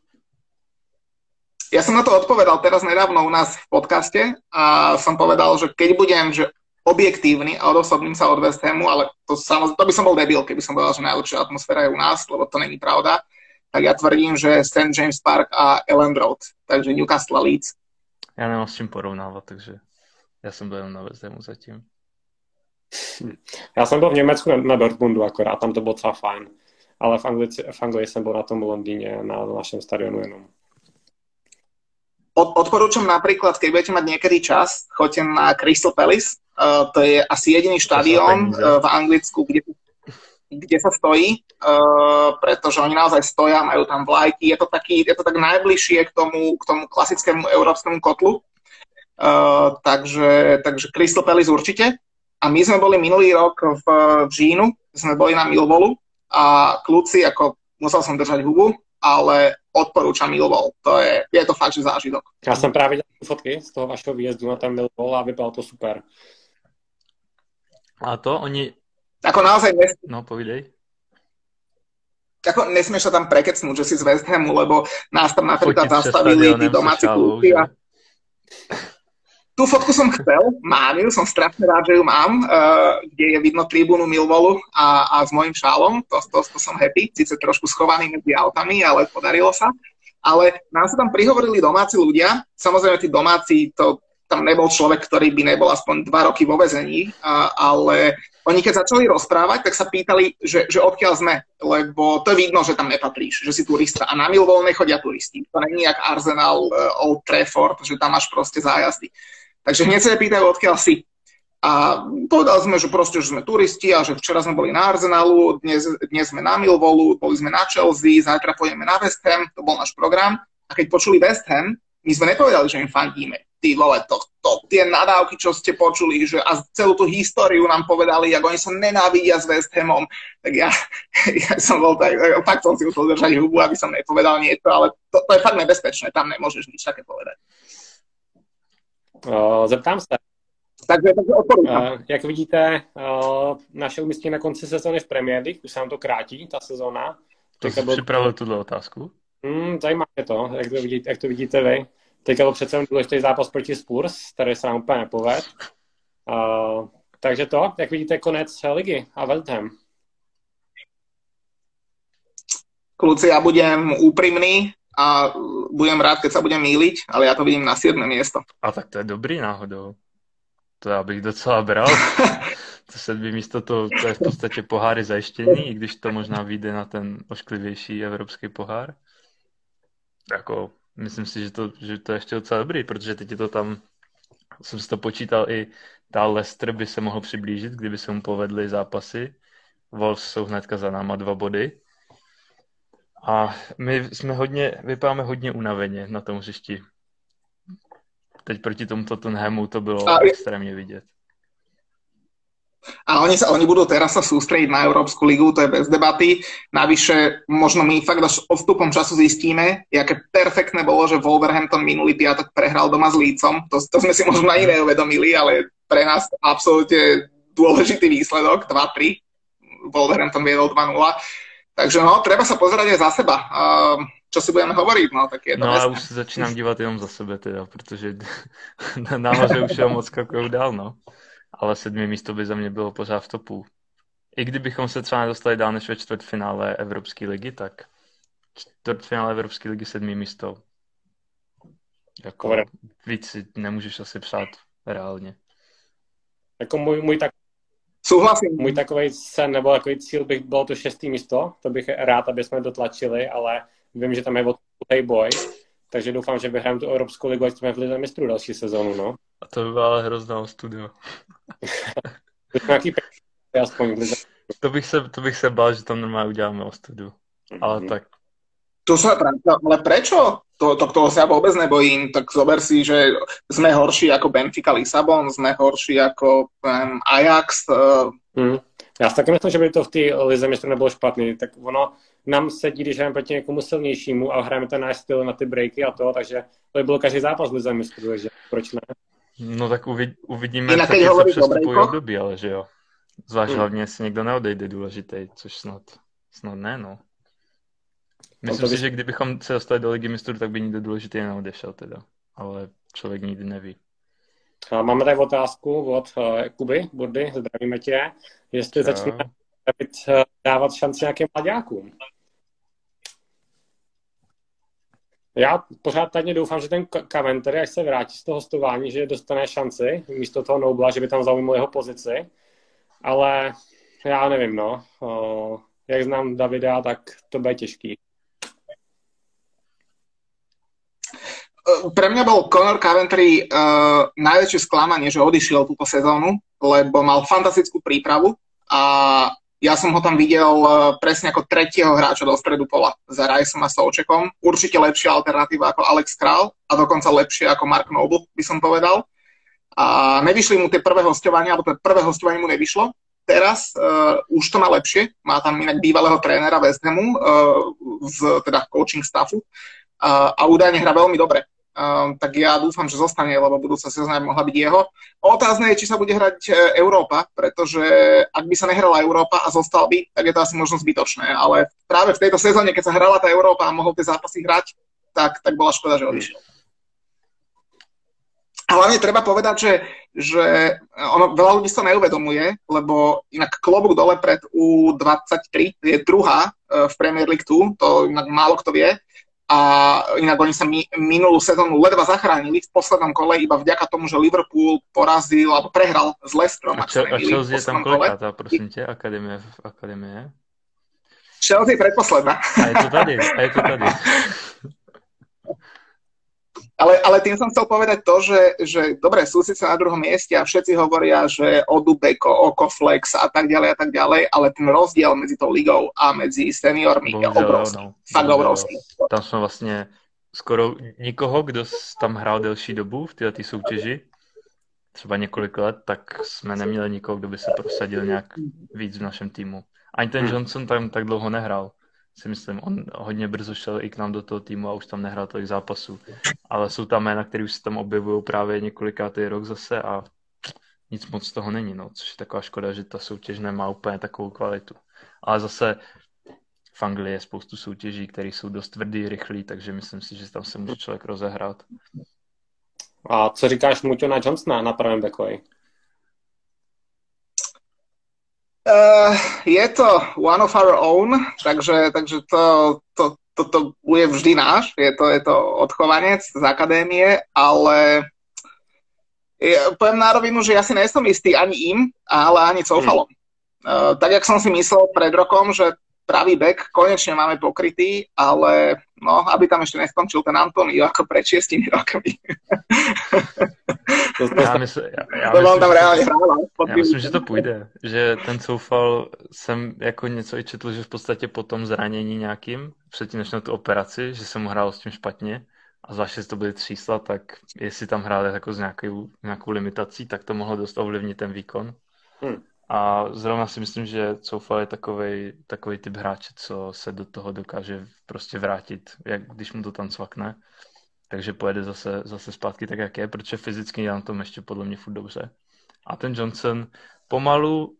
Ja som na to odpovedal teraz nedávno u nás v podcaste a som povedal, že keď budem že objektívny a odosobním sa od West Hamu, ale to, samozrejme, to by som bol debil, keby som povedal, že najlepšia atmosféra je u nás, lebo to není pravda, tak ja tvrdím, že Saint James Park a Elland Road, takže Newcastle a Leeds. Ja nemám s čím porovnávat, takže ja som byl na West Hamu zatím. Já jsem byl v Německu na, na Dortmundu akorát, tam to bylo docela fajn. Ale v Anglii, v Anglii jsem byl na tom Londýně, na našem stadionu jenom. Od, odporúčam napríklad, keď budete mať niekedy čas, choďte na Crystal Palace. Uh, to je asi jediný štadión uh, v Anglicku, kde, kde sa stojí, uh, pretože oni naozaj stoja, majú tam vlajky. Je to, taký, je to tak najbližšie k tomu, k tomu klasickému európskemu kotlu. Uh, takže, takže Crystal Palace určite. A my sme boli minulý rok v, v Žínu, sme boli na Millwallu a kľúci, ako musel som držať hubu, ale odporúčam Millwall. To je, je to fakt, že zážitok. Já jsem právě dělal fotky z toho vašeho výjezdu na ten Millwall a vypadalo to super. A to oni... Ako naozaj... Nes... No, povídej. Ako nesmieš sa tam prekecnúť, že si z West Hamu, lebo nás tam napríklad zastavili tí domáci kľúci a... Tú fotku som chcel, mám ju, som strašne rád, že ju mám, uh, kde je vidno tribúnu Millwallu a, a s mojím šálom, to, to, to som happy, síce trošku schovaný medzi autami, ale podarilo sa. Ale nám sa tam prihovorili domáci ľudia, samozrejme tí domáci, to, tam nebol človek, ktorý by nebol aspoň dva roky vo väzení, uh, ale oni keď začali rozprávať, tak sa pýtali, že, že odkiaľ sme, lebo to je vidno, že tam nepatríš, že si turista a na Millwall nechodia turisti. To není jak Arsenal, uh, Old Trafford, že tam máš proste zájazdy. Takže hneď sa pýtajú, odkiaľ si. A povedali sme, že proste, že sme turisti a že včera sme boli na Arsenalu, dnes, dnes sme na Millwallu, boli sme na Chelsea, zajtra pôjdeme na West Ham, to bol náš program. A keď počuli West Ham, my sme nepovedali, že im fandíme. Ty vole, to, to, tie nadávky, čo ste počuli, že a celú tú históriu nám povedali, ako oni sa nenávidia s West Hamom, tak ja, ja som bol tak, fakt som si musel držať hubu, aby som nepovedal niečo, ale to, to je fakt nebezpečné, tam nemôžeš nič také povedať. Zeptám se, takže, takže uh, jak vidíte, uh, naše umístění na konci sezóny v Premier League, už se nám to krátí, ta sezóna. To jsi byl... připravil tuhle otázku? Hmm, zajímá mě to, jak to, vidíte, jak to vidíte vy. Teďka byl přece důležitý zápas proti Spurs, který se nám úplně nepoved. Uh, takže to, jak vidíte konec ligy a West Ham? Kluci, ja budem úprimný a budem rád, keď sa budem mýliť, ale ja to vidím na siedme miesto. A tak to je dobrý náhodou. To já bych docela bral. To sedmé místo, to, to je v podstatě poháry zajištění, i když to možná vyjde na ten ošklivější evropský pohár. Jako, myslím si, že to, že to je ještě docela dobrý, protože teď je to tam, jsem si to počítal, i dál Leicester by se mohl přiblížit, kdyby se mu povedly zápasy. Wolves jsou hnedka za náma dva body. A my jsme hodně, vypadáme hodně unaveně na tom hřišti. Teď proti tomu Tottenhamu to bylo a extrémně vidět. A oni, sa, oni budú teraz sa sústrediť na Európsku ligu, to je bez debaty. Navyše, možno my fakt až odstupom času zistíme, jaké perfektné bolo, že Wolverhampton minulý piatok prehral doma s Leedsom. To, to sme si možno ani neuvedomili, ale pre nás absolútne dôležitý výsledok, dva tri. Wolverhampton viedol dva nula. Takže no, treba sa pozerať aj za seba. Uh, čo si budeme hovoriť, no, tak je to No vesné. a už se začínám dívat jenom za sebe teda, protože nahoře už jenom odskakují dál, no. Ale sedmé místo by za mě bylo pořád v topu. I kdybychom se třeba nedostali dál než ve čtvrtfinále Evropské ligy, tak čtvrtfinále Evropské ligy sedmé místo. Jako Dobre. víc si nemůžeš asi přát reálně. Jako můj, můj, tak, Súhlasím. můj takový sen nebo takový cíl bych bylo to šestý místo, to bych rád, aby jsme dotlačili, ale vím, že tam je odpůlej boj, takže doufám, že vyhrajeme tu Evropskou ligu, ať jsme v Lize mistrů další sezónu, no. A to by byla ale hrozná studio. To je nějaký pe- aspoň v Lize. To bych se, to bych se bál, že tam normálně uděláme o studiu. Ale Mhm. tak To sa pravda, ale prečo? To, to, toho sa ja vôbec nebojím. Tak zober si, že sme horší ako Benfica Lisabon, sme horší ako um, Ajax. Uh, Hmm. Já si taky myslím, že by to v té Lize mistrů nebylo špatný. Tak ono nám sedí, když hrajeme proti někomu silnějšímu a hrajeme ten náš styl na ty breaky a to, takže to by byl každý zápas v Lize mistrů, takže proč ne? no tak uvid, uvidíme, Jinak, jak keď se hovoríš o přestupují breakoch? období, ale že jo. Zvlášť Hmm. hlavně, jestli někdo neodejde důležitý, což snad, snad ne, no. Myslím to si, by- že kdybychom se dostali do Ligy mistrů, tak by nikdo důležitý neodešel teda. Ale člověk nikdy neví. A máme tady otázku od uh, Kuby Burdy, zdravíme tě, jestli Čau. začneme uh, dávat šanci nějakým mladákům. Já pořád tajně doufám, že ten Coventry, až se vrátí z toho hostování, že dostane šanci místo toho Nobla, že by tam zaujímal jeho pozici, ale já nevím, no. Uh, jak znám Davida, tak to bude těžký. pre mňa bol Conor Coventry uh, najväčšie sklamanie, že odišiel túto sezónu, lebo mal fantastickú prípravu a ja som ho tam videl uh, presne ako tretieho hráča do stredu pola za Riceom a Součekom. Určite lepšia alternatíva ako Alex Král a dokonca lepšie ako Mark Noble, by som povedal. A nevyšli mu tie prvé hosťovania, alebo to prvé hosťovanie mu nevyšlo. Teraz uh, už to má lepšie. Má tam inak bývalého trénera West Hamu uh, z teda coaching staffu uh, a údajne hrá veľmi dobre. Uh, tak ja dúfam, že zostane, lebo budúca sezóna by mohla byť jeho. Otázne je, či sa bude hrať uh, Európa, pretože ak by sa nehrala Európa a zostal by, tak je to asi možno zbytočné. Ale práve v tejto sezóne, keď sa hrala tá Európa a mohol tie zápasy hrať, tak, tak bola škoda, že odišiel. A hlavne treba povedať, že, že ono, veľa ľudí sa neuvedomuje, lebo inak klobúk dole pred U dvadsaťtri je druhá v Premier League dva, to inak málo kto vie. A inak oni sa mi, minulú sezónu ledva zachránili v poslednom kole iba vďaka tomu, že Liverpool porazil alebo prehral s Leicesterom. A, čo, a Chelsea je tam kolikátá, prosím tě, akademie, akademie? Chelsea je predposledná. A je to tady, a je to tady. Ale, ale tým som chcel povedať to, že, že dobre, sú síce na druhom mieste a všetci hovoria, že Odu Beko, Okoflex a tak ďalej a tak ďalej, ale ten rozdiel medzi tou ligou a medzi seniormi je obrovský. No, Fakt obrovský. Tam jsme vlastně skoro nikoho, kdo tam hrál delší dobu v této soutěži, třeba několik let, tak jsme neměli nikoho, kdo by se prosadil nějak víc v našem týmu. Ani ten Johnson tam tak dlouho nehrál. Si myslím, on hodně brzo šel i k nám do toho týmu a už tam nehrál tolik zápasů. Ale jsou tam jména, které už se tam objevují právě několikátý rok zase a nic moc z toho není, no, což je taková škoda, že ta soutěž nemá úplně takovou kvalitu. Ale zase v Anglii je spoustu soutěží, které jsou dost tvrdý, rychlý, takže myslím si, že tam se může člověk rozehrát. A co říkáš Muťo na Johnsona na pravém bekovi? Uh, je to one of our own, takže, takže to, to, to, to bude vždy náš, je to, je to odchovanec z akadémie, ale ja poviem na rovinu, že ja si nejsem istý ani im, ale ani Coufalom. Hmm. Uh, tak, jak som si myslel pred rokom, že pravý back konečne máme pokrytý, ale no, aby tam ešte neskončil ten Antonio ako pred šiestimi rokmi. Já, mysl, já, já, to myslím, tam reálně hrál. Já myslím, že to půjde. Že ten Coufal jsem jako něco i četl, že v podstatě po tom zranění nějakým, předtím než na tu operaci, že jsem mu hrál s tím špatně a zvláště to byly třísla, tak jestli tam hrál jako s nějakou, nějakou limitací, tak to mohlo dost ovlivnit ten výkon. Hmm. A zrovna si myslím, že Coufal je takovej, takovej typ hráče, co se do toho dokáže prostě vrátit, jak když mu to tam cvakne. Takže pojede zase, zase zpátky tak, jak je, protože fyzicky je na tom ještě podle mě furt dobře. A ten Johnson pomalu,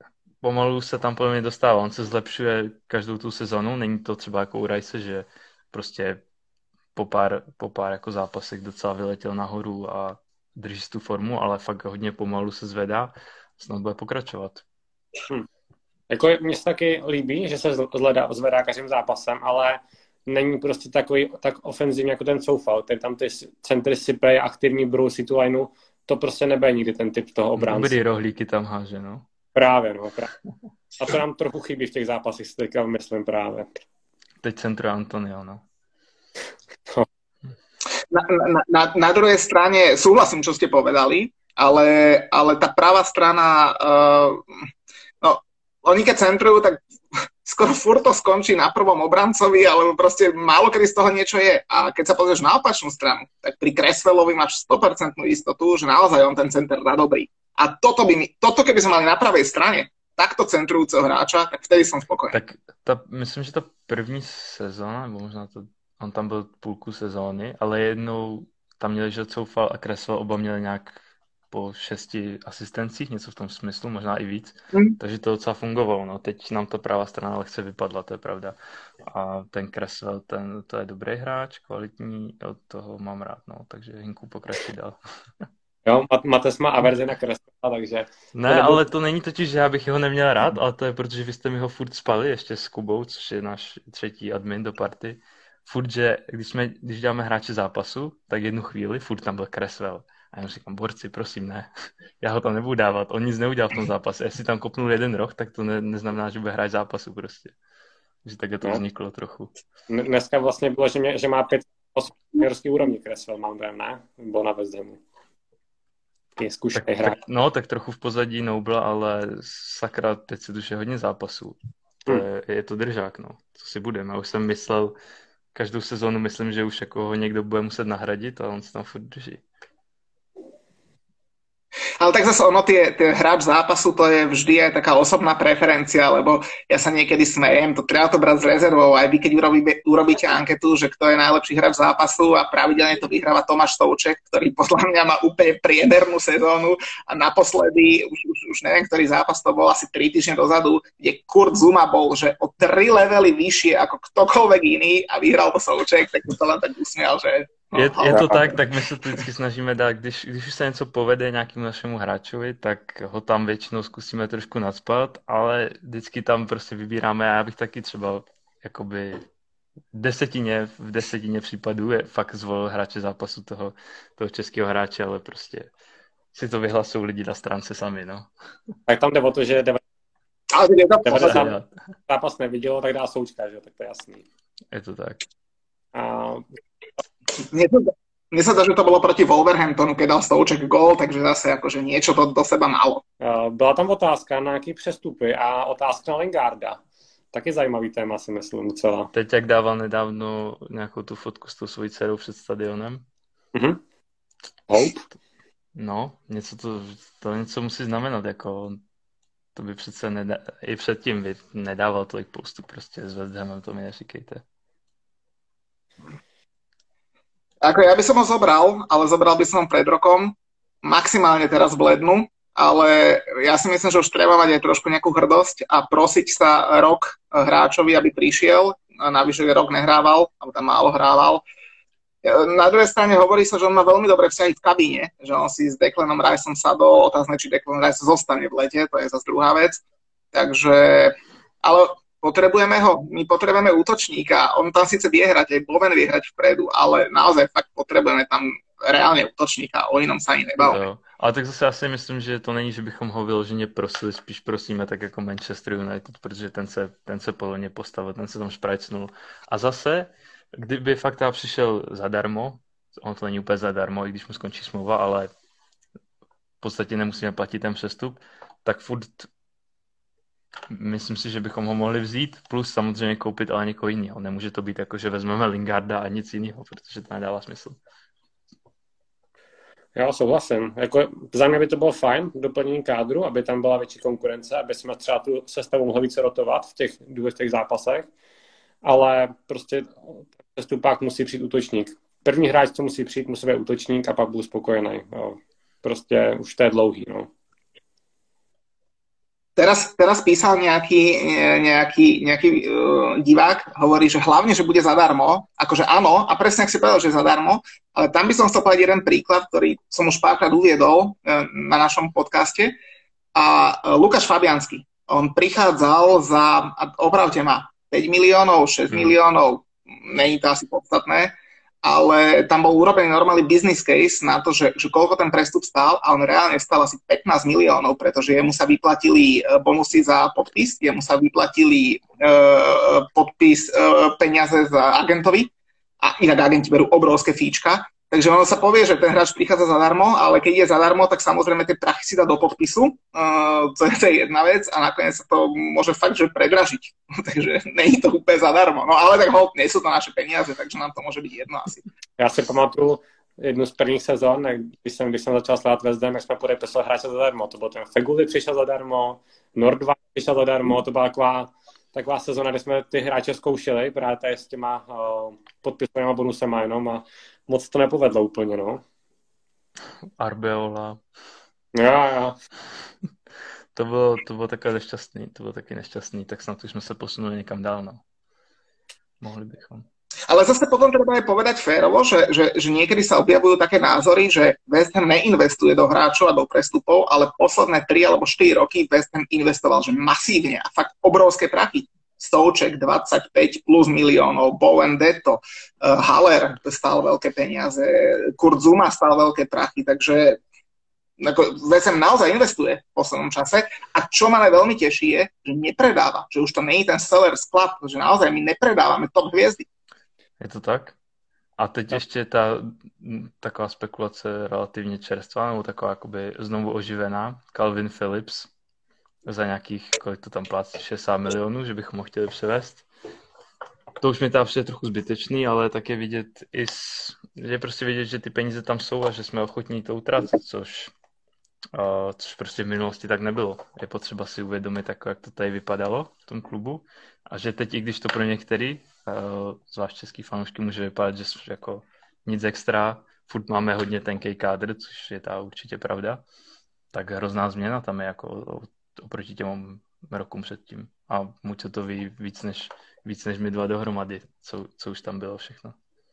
pomalu se tam podle mě dostává. On se zlepšuje každou tu sezonu. Není to třeba jako u Rice, že prostě po pár, po pár jako zápasech docela vyletěl nahoru a drží tu formu, ale fakt hodně pomalu se zvedá. Snad bude pokračovat. Hm. Jako mně se taky líbí, že se zvedá, zvedá každým zápasem, ale není prostě takový tak ofenzivní jako ten Coufal, který tam ty centry sype, aktivní budou si tu lineu, to prostě nebude nikdy ten typ toho obránce. Dobrý rohlíky tam háže, no. Právě, no. Právě. A to nám trochu chybí v těch zápasech, si teďka myslím právě. Teď centru Antonio, no. no. Na, na, na, na druhej strane súhlasím, čo ste povedali, ale, ale tá pravá strana, uh, no, oni keď centrujú, tak skoro furt to skončí na prvom obrancovi, alebo proste málo kedy z toho niečo je. A keď sa pozrieš na opačnú stranu, tak pri Cresswellovi máš sto percent istotu, že naozaj on ten center dá dobrý. A toto, by mi, toto keby sme mali na pravej strane, takto centrujúceho hráča, tak vtedy som spokojný. Tak ta, myslím, že ta první sezóna, nebo možná to, on tam byl půlku sezóny, ale jednou tam měli, že Coufal a Cresswell oba měli nějak po šesti asistencích, něco v tom smyslu, možná i víc. Mm. Takže to docela fungovalo. No. Teď nám ta pravá strana lehce vypadla, to je pravda. A ten Cresswell, ten, to je dobrý hráč, kvalitní, od toho mám rád. No. Takže Hinku pokračuj dál. Jo, Mates má averzi na Cresswella, takže... Ne, to nebyl... ale to není totiž, že já bych ho neměl rád, ale to je protože vy jste mi ho furt spali, ještě s Kubou, což je náš třetí admin do party. Furt, že když, jsme, když děláme hráče zápasu, tak jednu chvíli furt tam byl Cresswell. A já říkám, borci, prosím, ne, já ho tam nebudu dávat, on nic neudělal v tom zápase. Jestli tam kopnul jeden roh, tak to ne, neznamená, že bude hrát zápasu prostě. Takže takhle to vzniklo trochu. Dneska vlastně bylo, že, mě, že má pět seniorský úrovni Cresswell, mám dojem, ne? Byl na West Hamu. Je zkušený hráč. No, tak trochu v pozadí Noble, ale sakra, teď se tuše hodně zápasů. To hmm. je, je to držák, no. Co si budeme? Já už jsem myslel, každou sezónu myslím, že už jako ho někdo bude muset nahradit a on se tam furt drží. Ale tak zase ono, tie, tie hráč zápasu, to je vždy aj taká osobná preferencia, lebo ja sa niekedy smejem, to treba to brať s rezervou, aj vy, keď urobí, urobíte anketu, že kto je najlepší hráč zápasu a pravidelne to vyhráva Tomáš Souček, ktorý podľa mňa má úplne priemernú sezónu a naposledy, už, už, už neviem, ktorý zápas to bol, asi tri týždne dozadu, kde Kurt Zuma bol, že o tri levely vyššie ako ktokoľvek iný a vyhral to Souček, tak to len tak usmial, že... Je, je to tak, tak my se to vždycky snažíme dát, když, když už se něco povede nějakému našemu hráčovi, tak ho tam většinou zkusíme trošku nacpat, ale vždycky tam prostě vybíráme, a já bych taky třeba jakoby v desetině, v desetině případů je fakt zvolil hráče zápasu toho, toho českého hráče, ale prostě si to vyhlasují lidi na stránce sami, no. Tak tam jde o to, že devadesát zápas nevidělo, tak dá Součka, že? Tak to je jasný. Je to tak. A... Mne sa to, že to bolo proti Wolverhamptonu, keď dal Souček gól, takže zase akože niečo to do seba malo. Byla tam otázka na jaký přestupy a otázka na Lingarda. Taky zajímavý téma, si myslím docela. Teď jak dával nedávno nějakou tu fotku s tou svojí dcerou před stadionem. Mhm. Hope? No, něco to, to něco musí znamenat, jako to by přece nedá, i předtím by nedával tolik postů prostě s West Hamem, to mi neříkejte. Ako ja by som ho zobral, ale zobral by som ho pred rokom, maximálne teraz v lednu, ale ja si myslím, že už treba mať aj trošku nejakú hrdosť a prosiť sa rok hráčovi, aby prišiel, navyše rok nehrával, alebo tam málo hrával. Na druhej strane hovorí sa, že on má veľmi dobré vzťahy v kabíne, že on si s Declanom Riceom sadol, otázne, či Declan Rice zostane v lete, to je zase druhá vec. Takže, ale potrebujeme ho, my potrebujeme útočníka, on tam síce vie hrať, aj Bowen vie hrať vpredu, ale naozaj fakt potrebujeme tam reálne útočníka, o inom sa ani nebavíme. Ale tak zase já si myslím, že to není, že bychom ho vyloženě prosili, spíš prosíme tak jako Manchester United, protože ten se, ten se podle postavil, ten se tam šprajcnul. A zase, kdyby fakt tam přišel zadarmo, on to není úplně zadarmo, i když mu skončí smlouva, ale v podstatě nemusíme platit ten přestup, tak furt myslím si, že bychom ho mohli vzít, plus samozřejmě koupit ale někoho jiného. Nemůže to být jako, že vezmeme Lingarda a nic jiného, protože to nedává smysl. Já souhlasím. Jako, za mě by to bylo fajn, doplnění kádru, aby tam byla větší konkurence, aby jsme třeba tu sestavu mohli více rotovat v těch důležitých zápasech, ale prostě přestupák musí přijít útočník. První hráč, co musí přijít, musí být útočník a pak budu spokojený. Jo. Prostě už to je dlouhý. No. Teraz, teraz písal nejaký, nejaký, nejaký uh, divák, hovorí, že hlavne, že bude zadarmo, akože áno, a presne ak si povedal, že zadarmo, ale tam by som chcel povedať jeden príklad, ktorý som už párkrát uviedol uh, na našom podcaste, a uh, Lukáš Fabiansky, on prichádzal za, opravte ma, päť miliónov, šesť hmm. miliónov, není to asi podstatné, ale tam bol urobený normálny business case na to, že, že koľko ten prestup stál, a on reálne stál asi pätnásť miliónov, pretože jemu sa vyplatili bonusy za podpis, jemu sa vyplatili uh, podpis, uh, peniaze za agentovi, a inak agenti berú obrovské fíčka, takže ono sa povie, že ten hráč prichádza zadarmo, ale keď je zadarmo, tak samozrejme tie prachy si dá do podpisu, uh, to, je, to je jedna vec, a nakoniec sa to môže fakt, že predražiť. Takže není to úplne zadarmo. No ale tak hold, nie sú to naše peniaze, takže nám to môže byť jedno asi. Já si pamatuju jednu z prvních sezon, když jsem, když jsem začal sledovat West Ham, jak jsme podepisovali hráče zadarmo. To byl ten Feguli přišel zadarmo, Nordva přišel zadarmo, to byla taková, taková sezona, kde jsme ty hráče zkoušeli právě tady s těma uh, podpisovými bonusema jenom, a moc to nepovedlo úplně, no. Arbeola. Jo, jo. To bylo, to bylo takové nešťastný, to bylo taky nešťastný, tak snad už jsme se posunuli někam dál, no. Mohli bychom. Ale zase potom treba aj povedať férovo, že, že, že niekedy sa objavujú také názory, že West Ham neinvestuje do hráčov a do prestupov, ale posledné tri alebo štyri roky West Ham investoval, že masívne a fakt obrovské prachy. Stouček dvadsaťpäť plus miliónov, Bowen Detto, uh, Haller stál veľké peniaze, Kurt Zuma stál veľké prachy, takže ako West Ham naozaj investuje v poslednom čase, a čo ma veľmi teší je, že nepredáva, že už to nie je ten seller's club, že naozaj my nepredávame top hviezdy. Je to tak? A teď no. ještě ta taková spekulace relativně čerstvá, nebo taková jakoby znovu oživená, Calvin Phillips za nějakých, kolik to tam platí, šedesát milionů, že bychom ho chtěli převést. To už mi tam je trochu zbytečný, ale tak je vidět i s, je prostě vidět, že ty peníze tam jsou a že jsme ochotní to utracet, což, uh, což prostě v minulosti tak nebylo. Je potřeba si uvědomit, jako, jak to tady vypadalo v tom klubu, a že teď, i když to pro některý, uh, zvlášť český fanoušky, může vypadat, že jako nic extra, furt máme hodně tenký kádr, což je ta určitě pravda, tak hrozná změna tam je jako oproti těm rokům předtím. A Muťo to ví víc než, víc než my dva dohromady, co, co už tam bylo všechno.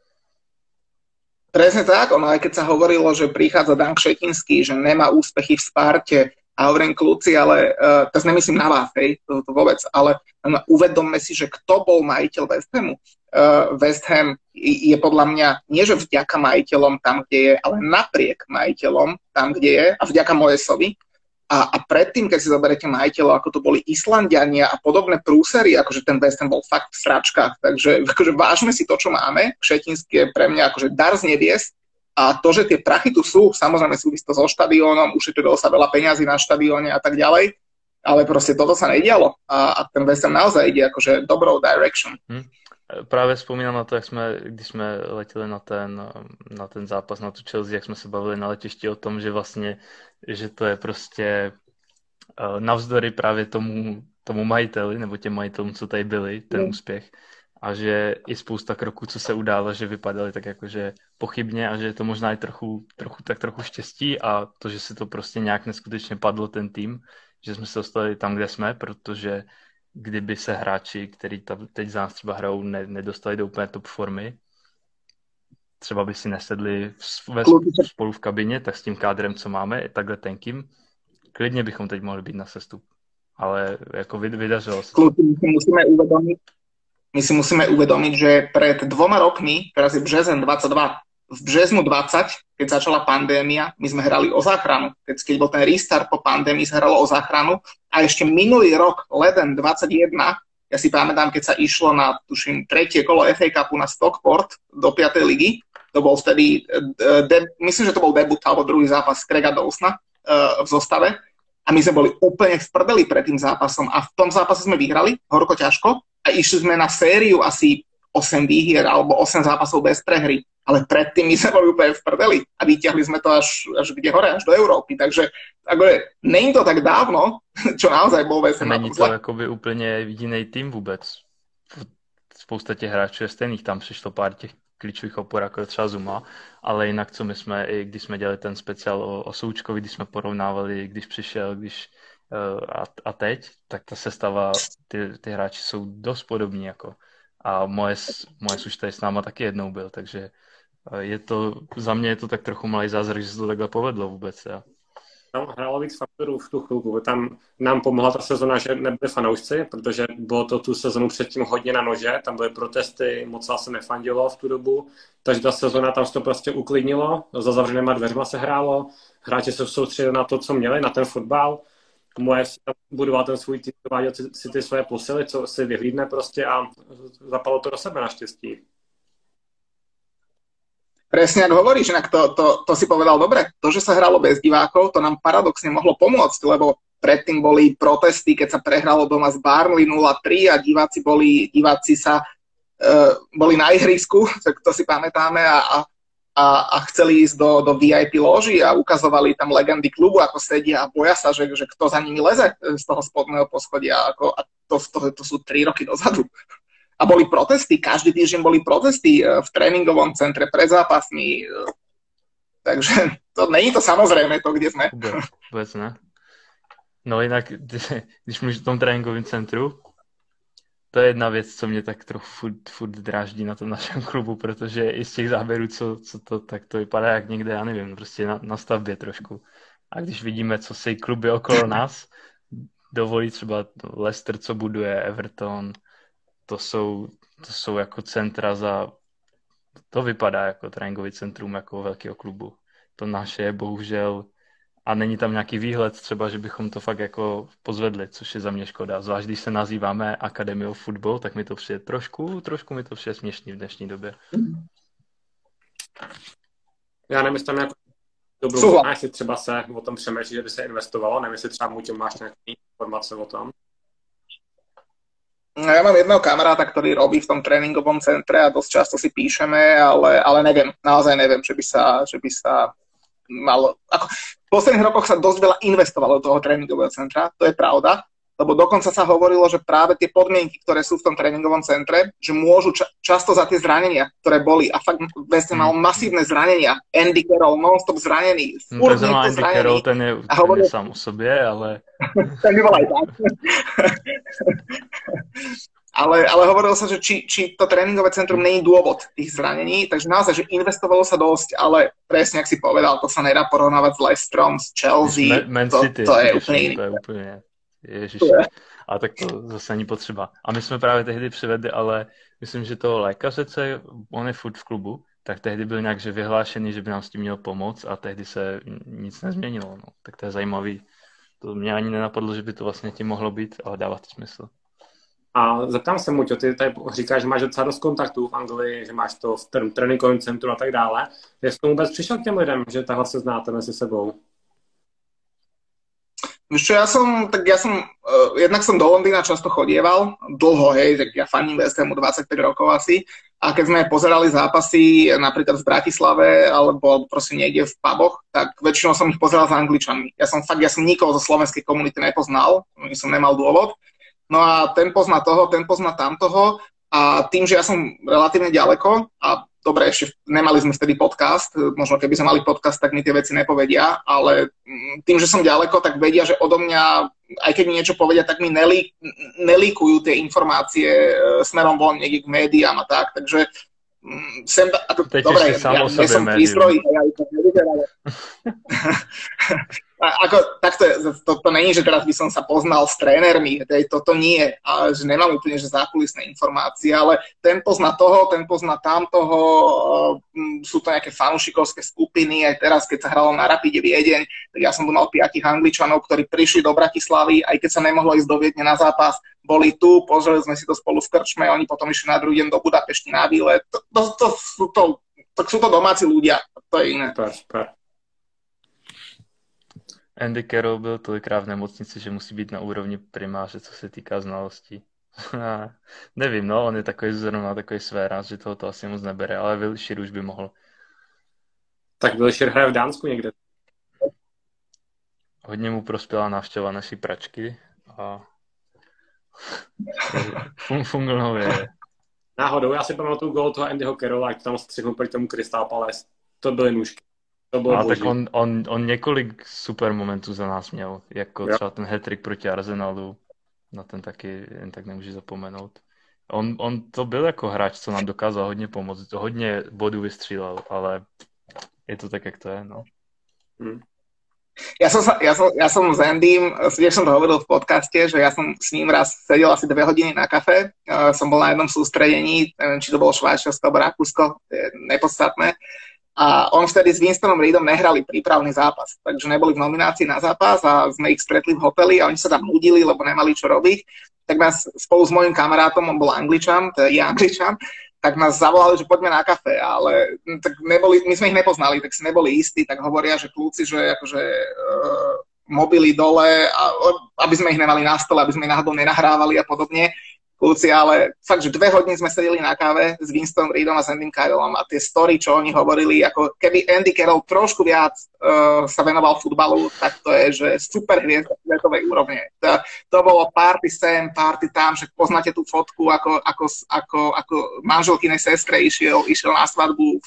Presne tak, ono aj keď sa hovorilo, že prichádza Dan Kšetinský, že nemá úspechy v Sparte, a hovorím kľúci, ale uh, to nemyslím na vás, hej, to, to vôbec, ale um, uvedomme si, že kto bol majiteľ West Hamu. Uh, West Ham je podľa mňa nie, že vďaka majiteľom tam, kde je, ale napriek majiteľom tam, kde je, a vďaka Moyesovi. A, a predtým, keď si zoberete majiteľov, ako to boli Islandiania a podobné prúsery, akože ten West Ham bol fakt v sračkách. Takže akože vážme si to, čo máme. Kšetinský je pre mňa akože dar z nebies. A to, že tie prachy tu sú, samozrejme súvisí to so štadiónom, ušetrilo sa veľa peňazí na štadióne a tak ďalej, ale proste toto sa nedialo. A, a ten West Ham naozaj ide akože dobrou direction. Hmm. Právě vzpomínám na to, jak jsme, když jsme letěli na ten, na ten zápas, na tu Chelsea, jak jsme se bavili na letišti o tom, že vlastně, že to je prostě uh, navzdory právě tomu, tomu majiteli, nebo těm majitelům, co tady byli, ten mm. úspěch. A že i spousta kroků, co se událo, že vypadaly tak jakože pochybně, a že je to možná i trochu, trochu, tak trochu štěstí, a to, že si to prostě nějak neskutečně padlo ten tým, že jsme se dostali tam, kde jsme, protože kdyby se hráči, kteří teď za nás třeba hrajou, ne, nedostali do úplně top formy, třeba by si nesedli ve, spolu v kabině, tak s tím kádrem, co máme, takhle tenkým, klidně bychom teď mohli být na sestup. Ale jako vydařilo se. Kluci, my si musíme uvedomiť, my si musíme uvedomiť, že pred dvoma rokmi, teraz je březen dvadsaťdva, v březnu dvadsať, keď začala pandémia, my sme hrali o záchranu. Keď, keď bol ten restart po pandémii, sa hralo o záchranu. A ešte minulý rok, leden dvadsaťjeden, ja si pamätám, keď sa išlo na, tuším, tretie kolo ef á Cupu na Stockport do piatej ligy, to bol vtedy, de, myslím, že to bol debut, alebo druhý zápas Craiga Dawsona uh, v zostave. A my sme boli úplne v prdeli pred tým zápasom. A v tom zápase sme vyhrali, horko ťažko, a išli sme na sériu asi osem výhier alebo osem zápasov bez prehry. Ale predtým my sme boli úplne v prdeli a vyťahli sme to až, až kde hore, až do Európy. Takže akože, není to tak dávno, čo naozaj bol West Ham. Není to jakoby úplně jiný tým vůbec. Spousta těch hráčů je stejných, tam přišlo pár těch klíčových opor, jako třeba Zuma, ale jinak, co my jsme, i když jsme dělali ten speciál o, o Součkovi, když jsme porovnávali, když přišel, když a, a teď, tak ta sestava, ty, ty hráči jsou dost podobní jako. A moje, moje už tady s náma taky jednou byl, takže je to, za mě je to tak trochu malý zázrak, že se to takhle povedlo vůbec. Ja. Tam hrálo víc faktorů v tu chvilku. Tam nám pomohla ta sezona, že nebyli fanoušci, protože bylo to tu sezonu předtím hodně na nože, tam byly protesty, moc se nefandilo v tu dobu, takže ta sezona tam se to prostě uklidnilo, za zavřenýma dveřma se hrálo, hráči se soustředili na to, co měli, na ten fotbal. Moje si tam budoval ten svůj tým, dováděl si ty svoje posily, co si vyhlídne prostě a zapalo to do sebe naštěstí. Presne, ak hovoríš, inak to, to, to si povedal dobre. To, že sa hralo bez divákov, to nám paradoxne mohlo pomôcť, lebo predtým boli protesty, keď sa prehralo doma z Burnley nula tri a diváci boli, diváci sa uh, boli na ihrisku, tak to si pamätáme, a, a, a chceli ísť do, do vé í pé loži a ukazovali tam legendy klubu, ako sedia a boja sa, že, že kto za nimi leze z toho spodného poschodia. Ako, a to, to, to sú tri roky dozadu. A boli protesty, každý týždeň boli protesty v tréningovom centre pred zápasmi. Takže to není to samozrejme, to, kde sme. Vůbec, vůbec ne. No jinak, když mluvíš o tom tréninkovém centru, to je jedna věc, co mě tak trochu furt, furt dráždí na tom našem klubu, protože i z těch záběrů, co, co to, tak to vypadá jak někde, já nevím, prostě na, na stavbě trošku. A když vidíme, co se kluby okolo nás dovolí, třeba Leicester, co buduje, Everton, To jsou, to jsou jako centra za... To vypadá jako tréninkový centrum jako velkého klubu. To naše je bohužel... A není tam nějaký výhled třeba, že bychom to fakt jako pozvedli, což je za mě škoda. Zvlášť, když se nazýváme Academy of Football, tak mi to přijde trošku, trošku mi to přijde směšný v dnešní době. Já nevím, jestli tam jako dobrou, jestli třeba se o tom přemýšlí, že by se investovalo, nevím, jestli třeba Muťo máš nějaké informace o tom. Ja mám jedného kamaráta, ktorý robí v tom tréningovom centre a dosť často si píšeme, ale, ale neviem, naozaj neviem, že by sa, že by sa malo... Ako, v posledných rokoch sa dosť veľa investovalo do toho tréningového centra, to je pravda, lebo dokonca sa hovorilo, že práve tie podmienky, ktoré sú v tom tréningovom centre, že môžu ča- často za tie zranenia, ktoré boli, a fakt West Ham mal masívne zranenia, Andy Carroll non-stop zranený, furt no, niekto Andy zranený. Carroll, ten je, ten hovoril... je sám o sobě, ale... ten by bol aj tak. Ale, ale hovorilo sa, že či, či to tréningové centrum není dôvod tých zranení, takže naozaj, že investovalo sa dosť, ale presne, ak si povedal, to sa nedá porovnávať s Leicesterom, s Chelsea, Man to, City, to je ježiš, úplne iný. To je úplně, ježiš. A tak to zase není potřeba. A my jsme právě tehdy přivedli, ale myslím, že toho lékaře, co je, on je furt v klubu, tak tehdy byl nějak že vyhlášený, že by nám s tím měl pomoct a tehdy se nic nezměnilo. No. Tak to je zajímavý. To mě ani nenapadlo, že by to vlastně tím mohlo být, ale dává to smysl. A zeptám se, Muťo, ty tady říkáš, že máš docela dost kontaktů v Anglii, že máš to v tréninkovém centru a tak dále. Jak jsi tomu vůbec přišel k těm lidem, že takhle se znáte mezi sebou? Víš čo, ja som, tak ja som, uh, jednak som do Londýna často chodieval, dlho, hej, tak ja faním West Hamu dvadsaťpäť rokov asi, a keď sme pozerali zápasy napríklad v Bratislave, alebo proste niekde v puboch, tak väčšinou som ich pozeral s Angličanmi. Ja som fakt, ja som nikoho zo slovenskej komunity nepoznal, som nemal dôvod. No a ten pozná toho, ten pozná tamtoho, a tým, že ja som relatívne ďaleko, a dobre, ešte nemali sme vtedy podcast, možno keby sme mali podcast, tak mi tie veci nepovedia, ale tým, že som ďaleko, tak vedia, že odo mňa, aj keď mi niečo povedia, tak mi nelí, nelíkujú tie informácie smerom von niekde k médiám a tak, takže sem, ako, dobre, ja nie som prístroj, ja ich to nevyzerám. Ako, takto, to, to není, že teraz by som sa poznal s trénermi, toto nie, a že nemám úplne že zákulisné informácie, ale ten pozná toho, ten pozná tamtoho, sú to nejaké fanúšikovské skupiny, aj teraz, keď sa hralo na Rapide Viedeň, tak ja som tu mal piatich Angličanov, ktorí prišli do Bratislavy, aj keď sa nemohlo ísť do Viedne na zápas, boli tu, pozreli sme si to spolu v krčme, oni potom išli na druhý deň do Budapešti na výlet, to, to, to, sú, to, to sú to domáci ľudia, to je iné. Super, super. Andy Carroll byl tolikrát v nemocnici, že musí být na úrovni primáře, co se týká znalostí. Nevím, no, on je takový zrovna takový svéráz, že toho to asi moc nebere, ale Wilshere už by mohl. Tak Wilshere hraje v Dánsku někde. Hodně mu prospěla návštěva naší pračky a fungově. Náhodou, já si pamatuju gól toho Andyho Carrolla, jak tam střihnul proti tomu Crystal Palace. To byly nůžky. To bylo A boží. tak on, on, on několik super momentů za nás měl, jako Jo. třeba ten hat-trick proti Arsenalu, na ten taky jen tak nemůžu zapomenout. On, on to byl jako hráč, co nám dokázal hodně pomoct, hodně bodů vystřílel, ale je to tak, jak to je, no. Hm. Ja som, sa, ja, som, ja som s Andym, tiež som to hovoril v podcaste, že ja som s ním raz sedel asi dve hodiny na kafe, uh, som bol na jednom sústredení, neviem, či to bolo Švajčiarsko alebo Rakúsko, to je nepodstatné. A on vtedy s Winstonom Reedom nehrali prípravný zápas, takže neboli v nominácii na zápas a sme ich stretli v hoteli a oni sa tam nudili, lebo nemali čo robiť. Tak nás spolu s mojím kamarátom, on bol Angličan, to je Angličan, tak nás zavolali, že poďme na kafe, ale tak neboli, my sme ich nepoznali, tak si neboli istí, tak hovoria, že kľúci, že akože uh, mobily dole, a, aby sme ich nemali na stole, aby sme ich náhodou nenahrávali a podobne. Kľúci, ale fakt, že dve hodiny sme sedeli na káve s Winstonom Reedom a s Andym Carrollom a tie story, čo oni hovorili, ako keby Andy Carroll trošku viac uh, sa venoval futbalu, tak to je, že super hviezda svetovej úrovne. To, to bolo party sem, party tam, že poznáte tú fotku, ako, ako, ako, ako manželkynej sestre išiel, išiel na svadbu v...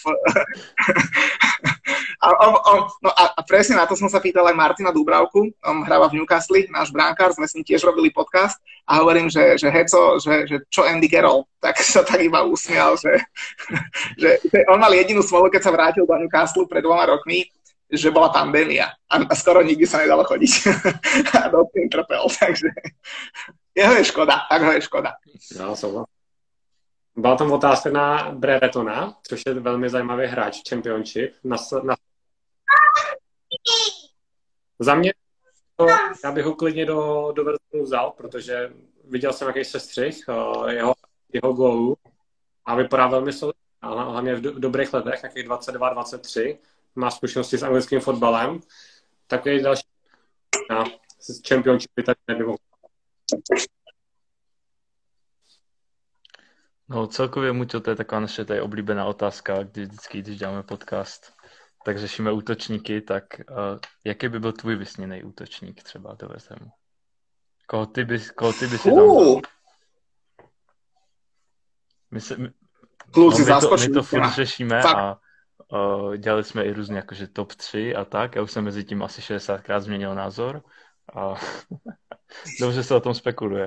a, on, on, no a, a presne na to som sa pýtal aj Martina Dúbravku, on hráva v Newcastle, náš brankár, sme s ním tiež robili podcast a hovorím, že, že heco, že, že čo Andy Carroll, tak sa tak iba usmial, že, že, že on mal jedinú smolu, keď sa vrátil do Newcastle pred dvoma rokmi, že bola pandémia a, a skoro nikdy sa nedalo chodiť a do tým trpel, takže jeho je škoda, tak ho je škoda. No, souhlas. Byla tam otázka na Breretona, což je velmi zajímavý hráč Championship. Na, na... Za mě to, já bych ho klidně do, do Evertonu vzal, protože viděl jsem jaký sestřih uh, jeho, jeho gólů a vypadá velmi solidně. Hlavně v do, dobrých letech, nějakých dvacet dva dvacet tři, má zkušenosti s anglickým fotbalem. Takový další na Championship by tady nebylo. No celkově, Muťo, to je taková naše tady oblíbená otázka, kdy vždycky, když děláme podcast, tak řešíme útočníky, tak uh, jaký by byl tvůj vysněný útočník třeba do West Hamu? Koho ty by, koho ty by si tam dal? My, se, my, Kluci, no, my, to, my to furt na. řešíme Fakt. a uh, dělali jsme i různě jakože top tři a tak. Já už jsem mezi tím asi šedesátkrát změnil názor a dobře se o tom spekuluje.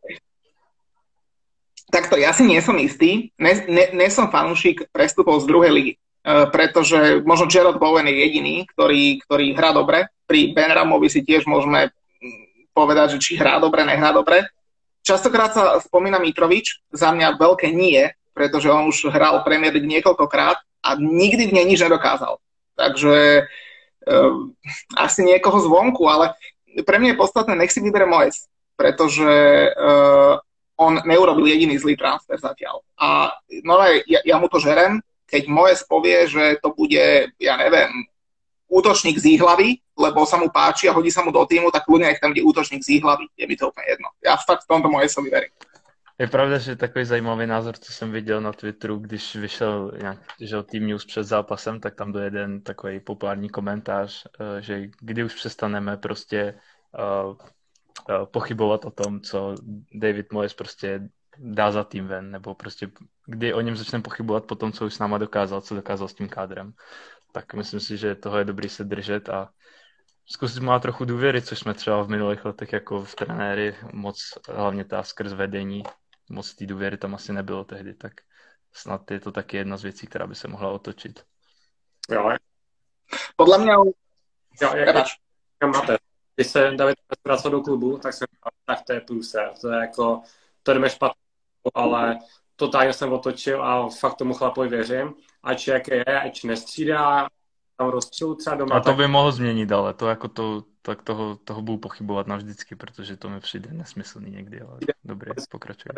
Takto, ja si nie som istý, nie, nie, nie som fanúšik prestupov z druhej ligy, uh, pretože možno Jarrod Bowen je jediný, ktorý, ktorý hrá dobre. Pri Benramovi si tiež môžeme povedať, že či hrá dobre, nehrá dobre. Častokrát sa spomína Mitrovič, za mňa veľké nie, pretože on už hral Premier League niekoľkokrát a nikdy v nej nič nedokázal. Takže uh, asi niekoho zvonku, ale pre mňa je podstatné, nech si vybere Moyes, pretože uh, on neurobil jediný zlý transfer zatiaľ. A no ja, ja mu to žerem, keď Moyes povie, že to bude, ja neviem, útočník z Jihlavy, lebo sa mu páči a hodí sa mu do týmu, tak ľudia nech tam bude útočník z Jihlavy. Je mi to úplne jedno. Ja fakt v tomto Moyesovi verím. Je pravda, že takový zajímavý názor, co jsem viděl na Twitteru, když vyšel nějak, že Team News před zápasem, tak tam byl jeden takový populární komentář, že kdy už přestaneme prostě uh, pochybovat o tom, co David Moyes prostě dá za tým ven, nebo prostě kdy o něm začneme pochybovat po tom, co už s náma dokázal, co dokázal s tím kádrem. Tak myslím si, že toho je dobrý se držet a zkusit má trochu důvěry, což jsme třeba v minulých letech jako v trenéry moc, hlavně ta skrz vedení, moc té důvěry tam asi nebylo tehdy, tak snad je to taky jedna z věcí, která by se mohla otočit. Jo, Podle mě... jo, jak, jak, jak máte. Když se David vracel do klubu, tak jsem tak to je průser. To je jako, to jdeme špatně, ale totálně jsem otočil a fakt tomu chlapovi věřím. Ať jak je, ať nestřídá, tam rozstřelu třeba doma. A to tak... by mohl změnit, ale to jako to, tak toho, toho budu pochybovat navždycky, protože to mi přijde nesmyslný někdy, ale dobrý, pokračuj.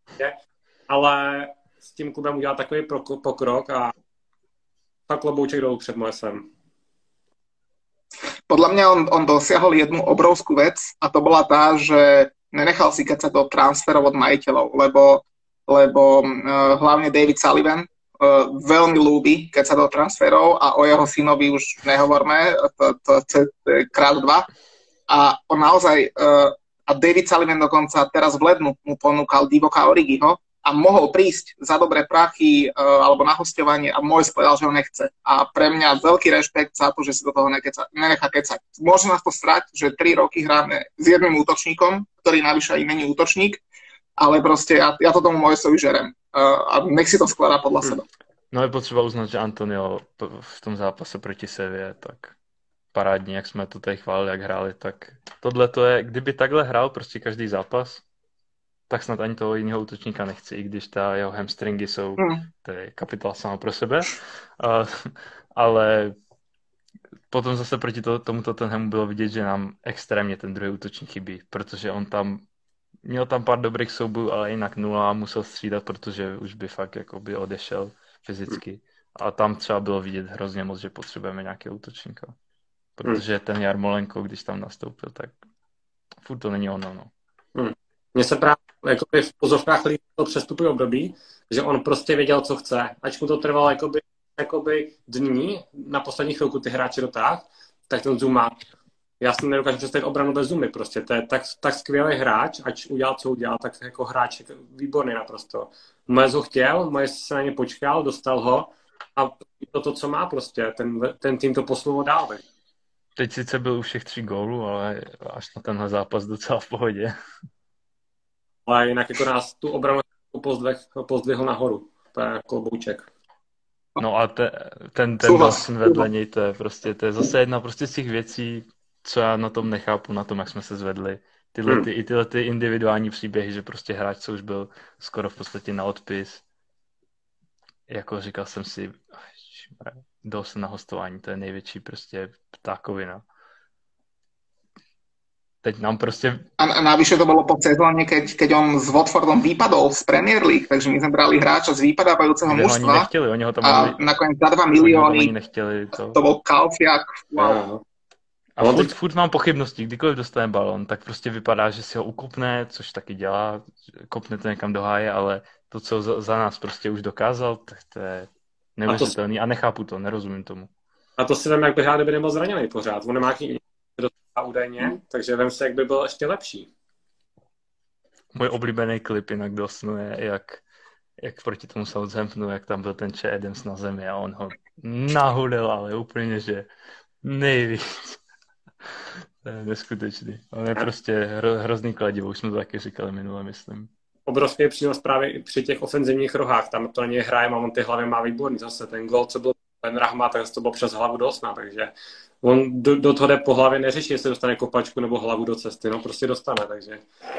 Ale s tím klubem udělal takový pokrok a fakt klobouček dolů před Moyesem. Podľa mňa on, on dosiahol jednu obrovskú vec a to bola tá, že nenechal si kecať do transferov od majiteľov, lebo, lebo uh, hlavne David Sullivan uh, veľmi ľúbi kecať do transferov a o jeho synovi už nehovorme, to, to, to, to je krát dva. A on naozaj, uh, a David Sullivan dokonca teraz v lednu mu ponúkal Divoka Origiho, a mohol prísť za dobré prachy uh, alebo na hosťovanie a Moyes povedal, že ho nechce. A pre mňa veľký rešpekt za to, že si do toho nekeca, nenechá kecať. Môže nás to strať, že tri roky hráme s jedným útočníkom, ktorý navyše aj není útočník, ale proste ja, ja to tomu Moyesovi žerem. Uh, a nech si to skladá podľa seba. No je potřeba uznat, že Antonio v tom zápase proti Sevě, tak parádní, jak jsme to tady chválili, jak hráli, tak tohle to je, kdyby takhle hrál prostě každý zápas, tak snad ani toho jiného útočníka nechci, i když ta jeho hamstringy jsou, mm. to je kapitola sama pro sebe, uh, ale potom zase proti to, tomuto Tottenhamu bylo vidět, že nám extrémně ten druhý útočník chybí, protože on tam měl tam pár dobrých soubojů, ale jinak nula, musel střídat, protože už by fakt jako by odešel fyzicky. A tam třeba bylo vidět hrozně moc, že potřebujeme nějakého útočníka. Protože ten Jarmolenko, když tam nastoupil, tak furt to není ono. No. Hmm. Mně se právě jakoby v pozovkách líbilo přestupy období, že on prostě věděl, co chce. Ač mu to trvalo jakoby, jakoby dní, na poslední chvilku ty hráči dotáh, tak ten Zuma, já si nedokážu představit obranu bez Zumy prostě. To je tak, tak skvělý hráč, ač udělal, co udělal, tak jako hráč výborný naprosto. Moyes ho chtěl, Moyes se na ně počkal, dostal ho a to to, co má prostě. Ten, ten tým to poslal dál. Teď sice byl u všech tří gólů, ale až na tenhle zápas docela v pohodě. Ale jinak jako nás tu obranu pozdvihl nahoru. To je klobouček. No a te, ten, ten Dawson vedle něj, to je prostě, to je zase jedna prostě z těch věcí, co já na tom nechápu, na tom, jak jsme se zvedli. Tyhle, hmm. ty, i tyhle ty individuální příběhy, že prostě hráč, co už byl skoro v podstatě na odpis. Jako říkal jsem si, dal se na hostování, to je největší prostě ptákovina. Teď nám prostě... A, a navyše to bolo po sezóne, keď, keď on s Watfordom vypadol z Premier League, takže my sme brali hráča z vypadávajúceho mužstva. Oni nechtěli, oni ho tam a mali... nakoniec za dva milióny nechtěli to. to bol Kalfiak. Wow. A furt, furt mám pochybnosti, kdykoliv dostane balon, tak prostě vypadá, že si ho ukopne, což taky dělá, kopne to někam do háje, ale to, co za, za nás prostě už dokázal, tak to je neuvěřitelný a, to... a nechápu to, nerozumím tomu. A to si vem, jak by hrál, kdyby nebyl zraněný pořád. On nemá kým údajně, takže vem se, jak by byl ještě lepší. Můj oblíbený klip jinak Dawsonu je, jak, jak proti tomu Southamptonu, jak tam byl ten Che Adams na zemi a on ho nahulil, ale úplně, že nejvíc. To je neskutečný. On je prostě hro, hrozný kladivo, už jsme to taky říkali minule, myslím. Obrovský přínos právě při těch ofenzivních rohách, tam to na něj hraje, a on ty hlavy má výborný zase. Ten gol, co byl ten Rahma, tak to bylo přes hlavu do osna, takže on do, do toho jde po hlavě, neřeší, jestli dostane kopačku nebo hlavu do cesty, no prostě dostane, takže...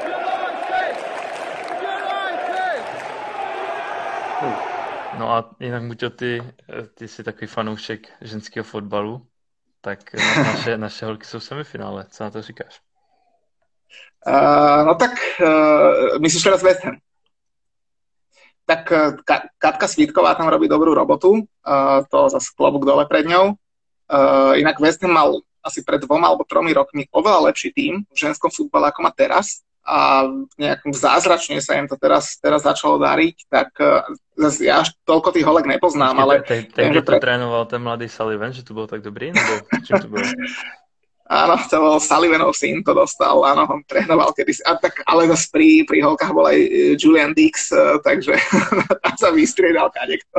Hmm. No a jinak, Muťo, ty, ty jsi takový fanoušek ženského fotbalu, tak naše, naše holky jsou v semifinále, co na to říkáš? Uh, no tak, uh, myslíš teraz West Ham? Tak Ka- Katka Svitková tam robí dobrú robotu, uh, to zase klobúk dole pred ňou. Uh, inak West Ham mal asi pred dvoma alebo tromi rokmi oveľa lepší tím v ženskom futbale, ako má teraz. A nejakým zázračne sa im to teraz, teraz začalo dariť, tak uh, zase ja až toľko tých holek nepoznám, ale... Teď to pre... trénoval ten mladý Sullivan, že to bol tak dobrý, nebo čím to bolo? Áno, to bol Sullivanov syn, to dostal, áno, on trénoval kedysi. A tak, ale zase pri, pri holkách bol aj Julian Dix, takže tam sa vystriedal kadekto.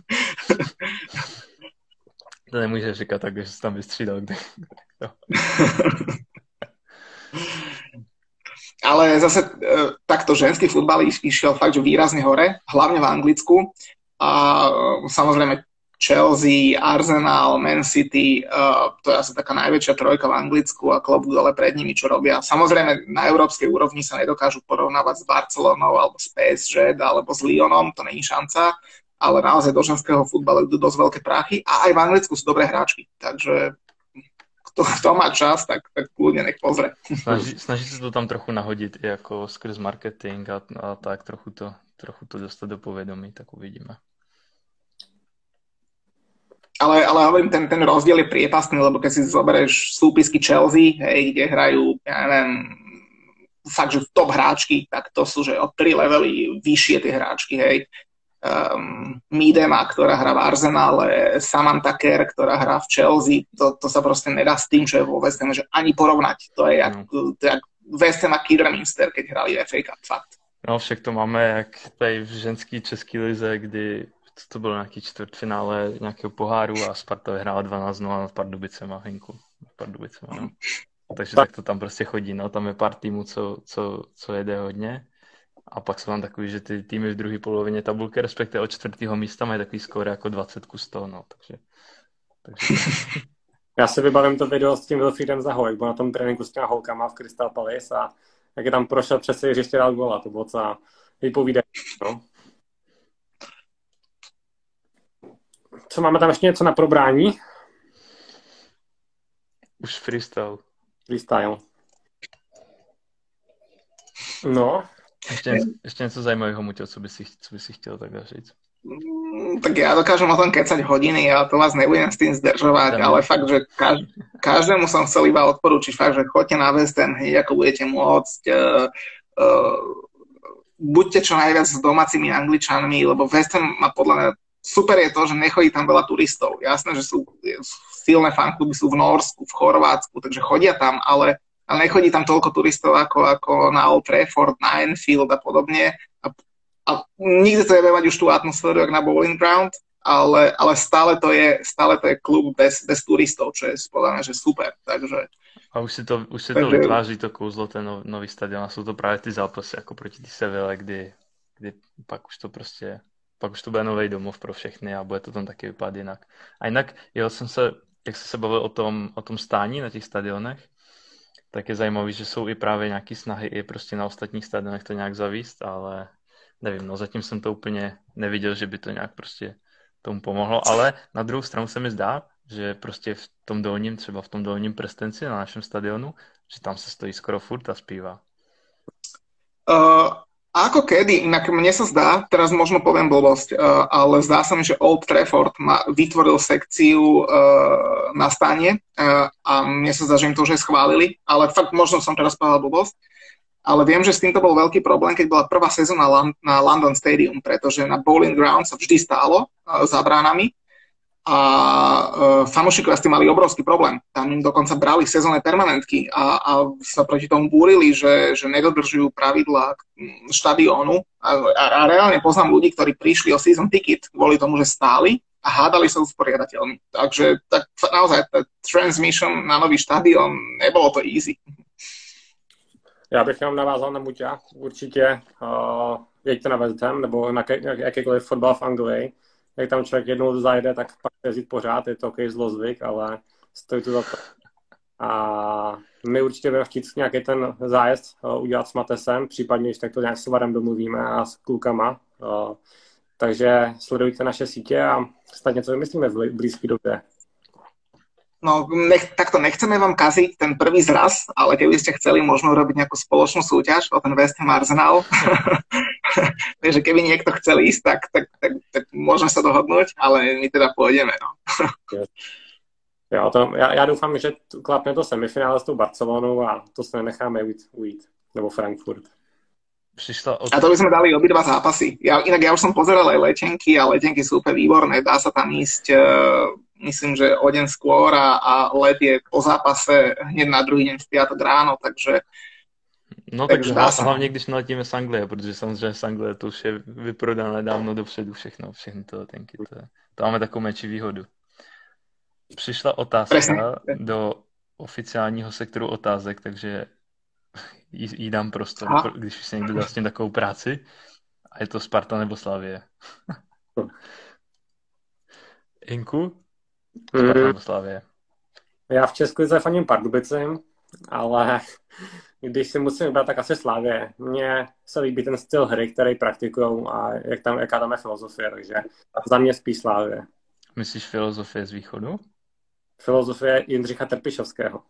To nemůžeš říkat tak, že se tam vystřídal. Ale zase takto ženský futbal išiel fakt, že výrazne hore, hlavne v Anglicku. A samozrejme Chelsea, Arsenal, Man City, uh, to je asi taká najväčšia trojka v Anglicku a klobúk dole pred nimi, čo robia. Samozrejme, na európskej úrovni sa nedokážu porovnávať s Barcelonou alebo s P S G alebo s Lyonom, to není šanca, ale naozaj do ženského futbalu idú dosť veľké prachy a aj v Anglicku sú dobré hráčky, takže kto, kto má čas, tak, tak kľudne nech pozrie. Snaží, snaží sa to tam trochu nahodiť ako skrz marketing a, a tak trochu to, trochu to dostať do povedomí, tak uvidíme. Ale, ale hovorím, ten, ten rozdiel je priepastný, lebo keď si zoberieš súpisky Chelsea, hej, kde hrajú, ja neviem, fakt, že top hráčky, tak to sú, že o tri levely vyššie tie hráčky, hej. Um, Midema, ktorá hrá v Arsenále, Samantha Kerr, ktorá hrá v Chelsea, to, to sa proste nedá s tým, čo je vo West Hamu, že ani porovnať. To je jak, to je jak West Ham a Kidderminster, keď hrali v ef á Cup, fakt. No však to máme jak tady v ženský český lize, kdy to bylo nějaký čtvrtfinále nějakého poháru a Sparta vyhrála dvanáct nula nad Pardubicema, Hinku. Pardubicema, no. Takže tak to tam prostě chodí, no. Tam je pár týmů, co, co, co jede hodně. A pak jsou tam takový, že ty týmy v druhé polovině tabulky, respektive od čtvrtého místa, mají takový skóre jako dvacet ku sto, no. Takže, takže... Já si vybavím to video s tím Wilfriedem Zahou, jak byl na tom tréninku s těma holkama v Crystal Palace a jak je tam prošel přes celý ještě dál góla. To bylo docela vypovídající, no. Co máme tam ještě něco na probrání? Už freestyle. Freestyle. No. Ještě, ještě něco zajímavého, Muťo, co by si, co by si chtěl takhle říct? Tak ja dokážem o tom kecať hodiny, ale to vás nebudem s tým zdržovať, ale fakt, že kaž, každému som chcel iba odporúčiť, fakt, že choďte na West Ham, hneď ako budete môcť, uh, uh, buďte čo najviac s domácimi Angličanmi, lebo West Ham má podľa mňa super je to, že nechodí tam veľa turistov. Jasné, že sú silné fankluby, sú v Norsku, v Chorvátsku, takže chodia tam, ale, ale nechodí tam toľko turistov ako, ako na Old Trafford, na Anfield a podobne. A, a nikde to nebude mať už tú atmosféru, jak na Bowling Ground, ale, ale stále, to je, stále to je klub bez, bez turistov, čo je podľa mňa, že super. Takže, a už si to, už si takže... to vytváří to kouzlo, ten nov, nový stadion, a jsou to právě ty zápasy jako proti ty Seville, kdy, kdy pak už to prostě, pak už to bude nový domov pro všechny a bude to tam taky vypadat jinak. A jinak, jel jsem se, jak jsi se bavil o tom, o tom stání na těch stadionech, tak je zajímavý, že jsou i právě nějaký snahy i prostě na ostatních stadionech to nějak zavíst, ale nevím, no zatím jsem to úplně neviděl, že by to nějak prostě tomu pomohlo, ale na druhou stranu se mi zdá, že prostě v tom dolním, třeba v tom dolním prstenci na našem stadionu, že tam se stojí skoro furt a zpívá. Uh, ako kedy, inak mne sa zdá, teraz možno poviem blbosť, uh, ale zdá sa mi, že Old Trafford ma, vytvoril sekciu uh, na stane uh, a mne sa zdá, že im to už aj schválili, ale fakt možno som teraz povedal blbosť. Ale viem, že s týmto bol veľký problém, keď bola prvá sezóna na London Stadium, pretože na Bowling Ground sa vždy stálo uh, za bránami a uh, fanúšikovia s tým mali obrovský problém. Tam im dokonca brali sezónne permanentky a, a sa proti tomu búrili, že, že nedodržujú pravidlá štadiónu. A, a, a reálne poznám ľudí, ktorí prišli o season ticket kvôli tomu, že stáli a hádali sa s usporiadateľmi. Takže tak, naozaj, transmission na nový štadión, nebolo to easy. Já bych jenom navázal na Muťa. Určitě uh, jeďte na West Ham nebo na jakýkoliv fotbal v Anglii. Jak tam člověk jednou zajde, tak pak jezdit pořád. Je to okej zlozvyk, ale stojí to za to. A my určitě budeme chtít nějaký ten zájezd uh, udělat s Matesem, případně, když tak to nějak s Varem domluvíme a s klukama. Uh, takže sledujte naše sítě a snad něco vymyslíme v blízké době. No, nech, takto nechceme vám kaziť ten prvý zraz, ale keby ste chceli možno robiť nejakú spoločnú súťaž o ten West Ham Arsenal, takže keby niekto chcel ísť, tak, tak, tak, tak môžeme sa dohodnúť, ale my teda pôjdeme, no. Jo, to, já, já doufám, že klapne to semifinále s tou Barcelonou a to se nenecháme ujít, ujít. Nebo Frankfurt. Od... A to by sme dali obidva zápasy. Ja, inak ja už som pozeral aj letenky a letenky sú úplne výborné. Dá sa tam ísť, uh, myslím, že o deň skôr a, a let je po zápase hneď na druhý deň v piatok ráno, takže... No takže hla, hlavně, když naletíme z Anglie, protože samozřejmě z Anglie to už je vyprodané dávno dopředu všechno, všechny ty letenky. To, je, to máme takovou menší výhodu. Přišla otázka Presne. do oficiálního sektoru otázek, takže jí, jí dám prostor, a? když už se někdo dá s tím takovou práci. A je to Sparta nebo Slavie. Inku? Sparta mm. nebo Slavie? Já v Česku zafaním Pardubicím, ale když si musím vybrat, tak asi Slavie. Mně se líbí ten styl hry, který praktikují a jak tam, jaká tam je filozofie, takže za mě spíš Slavie. Myslíš filozofie z východu? Filozofie Jindřicha Trpišovského.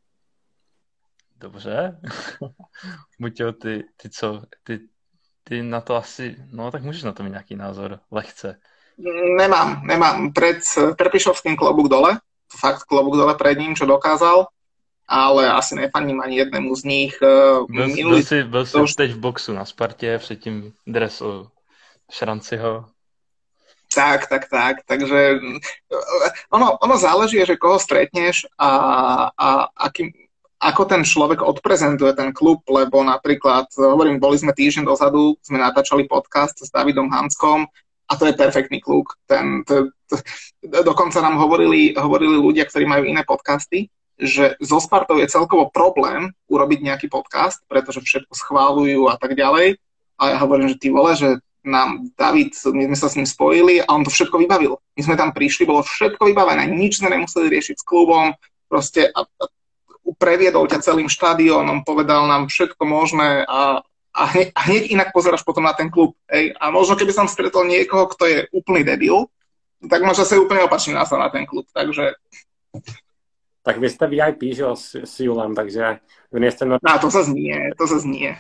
Dobře. Muťo, ty, ty co? Ty, ty na to asi... No tak můžeš na to mít nějaký názor. Lehce. Nemám, nemám. Pred Trpišovským klobúk dole. Fakt klobúk dole pred ním, čo dokázal. Ale asi nefaním ani jednému z nich. Byl, Minulý... byl jsi, byl jsi už... teď v boxu na Spartě, předtým dres o Šranciho. Tak, tak, tak. Takže ono, ono záleží, že koho stretneš a, a akým, ako ten človek odprezentuje ten klub, lebo napríklad, hovorím, boli sme týždeň dozadu, sme natáčali podcast s Davidom Hanskom a to je perfektný kluk. Ten, to, to, dokonca nám hovorili, hovorili ľudia, ktorí majú iné podcasty, že so Spartou je celkovo problém urobiť nejaký podcast, pretože všetko schváľujú a tak ďalej. A ja hovorím, že ty vole, že nám David, my sme sa s ním spojili a on to všetko vybavil. My sme tam prišli, bolo všetko vybavené, nič sme nemuseli riešiť s klubom, proste a, a previedol ťa celým štadiónom, povedal nám všetko možné a, a, hneď, a hneď inak pozeráš potom na ten klub. Hej. A možno keby som stretol niekoho, kto je úplný debil, tak možno sa úplne opačný názor na ten klub. Takže... Tak vy jste V I P, že jo, s, s Julem, takže vy nejste... No, to se znie, to se znie.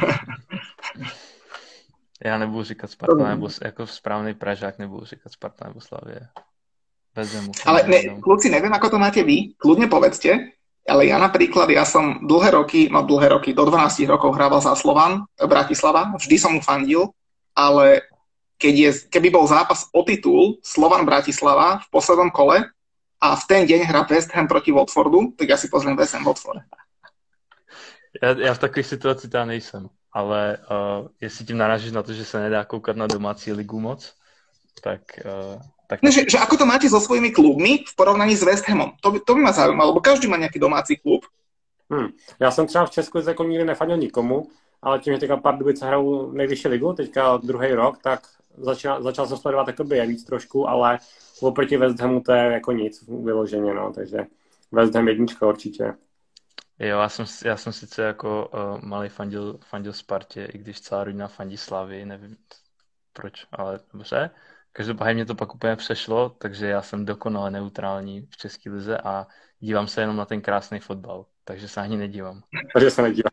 Já nebudu říkat Sparta, nebo jako správný Pražák nebudu říkat Sparta nebo Slavie. Bez zemu. Ale ne, kluci, neviem, ako to máte vy, kľudne povedzte, ale ja napríklad, ja som dlhé roky, no dlhé roky, do dvanásť rokov hrával za Slovan, Bratislava, vždy som mu fandil, ale keď je, keby bol zápas o titul Slovan Bratislava v poslednom kole a v ten deň hrá West Ham proti Watfordu, tak ja si pozriem West Ham Watford. Já, já v takové situaci tam nejsem, ale uh, jestli tím narážíš na to, že se nedá koukat na domácí ligu moc, tak... Uh, tak... No, že, že ako to máte so svojimi klubmi v porovnaní s West Hamom? To by, to by ma zaujímalo, lebo každý má nějaký domácí klub. Hmm. Já jsem třeba v Česku jako nikdy nefandil nikomu, ale tím, že teďka Pardubice hrajou nejvyšší ligu, teďka druhý rok, tak začal, začal jsem sledovat takoby víc trošku, ale oproti West Hamu to je jako nic vyloženě, no, takže West Ham jednička určitě. Jo, já jsem, já jsem sice jako uh, malý fandil, fandil Spartě, i když celá rodina fandí Slavii, nevím proč, ale dobře. Každopádně mě to pak úplně přešlo, takže já jsem dokonale neutrální v české lize a dívám se jenom na ten krásný fotbal, takže se ani nedívám. Takže se nedívám.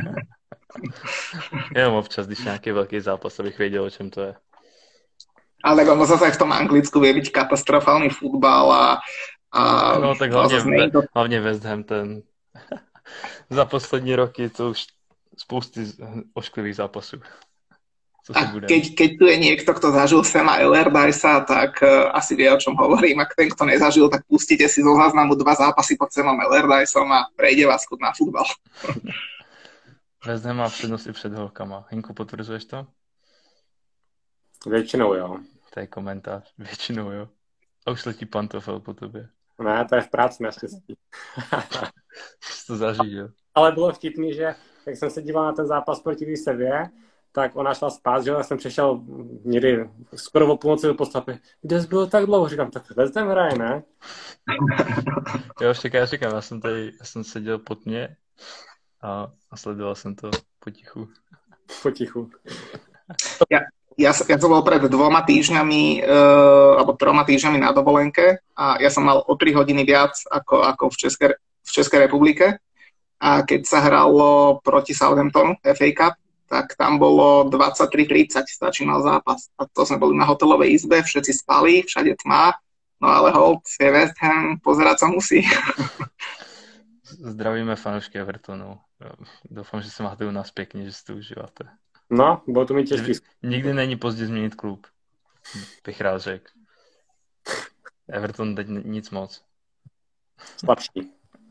Jenom občas, když je nějaký velký zápas, abych věděl, o čem to je. Ale tak ono zase v tom Anglicku vie byť katastrofálny futbal a... a no tak hlavně, ve, to... hlavně West Ham ten... za poslední roky to už spousty ošklivých zápasů. A keď, keď tu je niekto, kto zažil Sama Allardycea, tak uh, asi vie, o čom hovorím. Ak ten, kto nezažil, tak pustite si zo záznamu dva zápasy pod Samom Allardyceom a prejde vás chud na futbal. West Ham má přednost i před holkama. Hinku, potvrzuješ to? Většinou jo. To je komentář. Většinou jo. A už letí pantofel po tobě. Ne, to je v práci naštěstí. Jsi to zažil. Ale bylo vtipný, že jak jsem se díval na ten zápas proti Výsevě, tak ona šla spát, že já jsem přešel někdy skoro o půlnoci do postavy. Kde jsi byl tak dlouho? Říkám, tak West Ham hraje, ne? Jo, čekaj, já říkám, já jsem tady, já jsem seděl pod mě a, a sledoval jsem to potichu. Potichu. Ja, ja, ja som bol pred dvoma týždňami uh, alebo troma týždňami na dovolenke a ja som mal o tri hodiny viac ako, ako v, Českej, v Českej republike a keď sa hralo proti Southamptonu ef á Cup, tak tam bolo dvadsaťtri tridsať, začínal zápas. A to sme boli na hotelovej izbe, všetci spali, všade tma, no ale hold, je West Ham, pozerať sa musí. Zdravíme fanoušky Evertonu. Doufám, že se máte u nás pěkně, že si to užíváte. No, bylo to mi těžký. Nikdy není pozdě změnit klub, bych rád řekl. Everton teď nic moc. Slabší.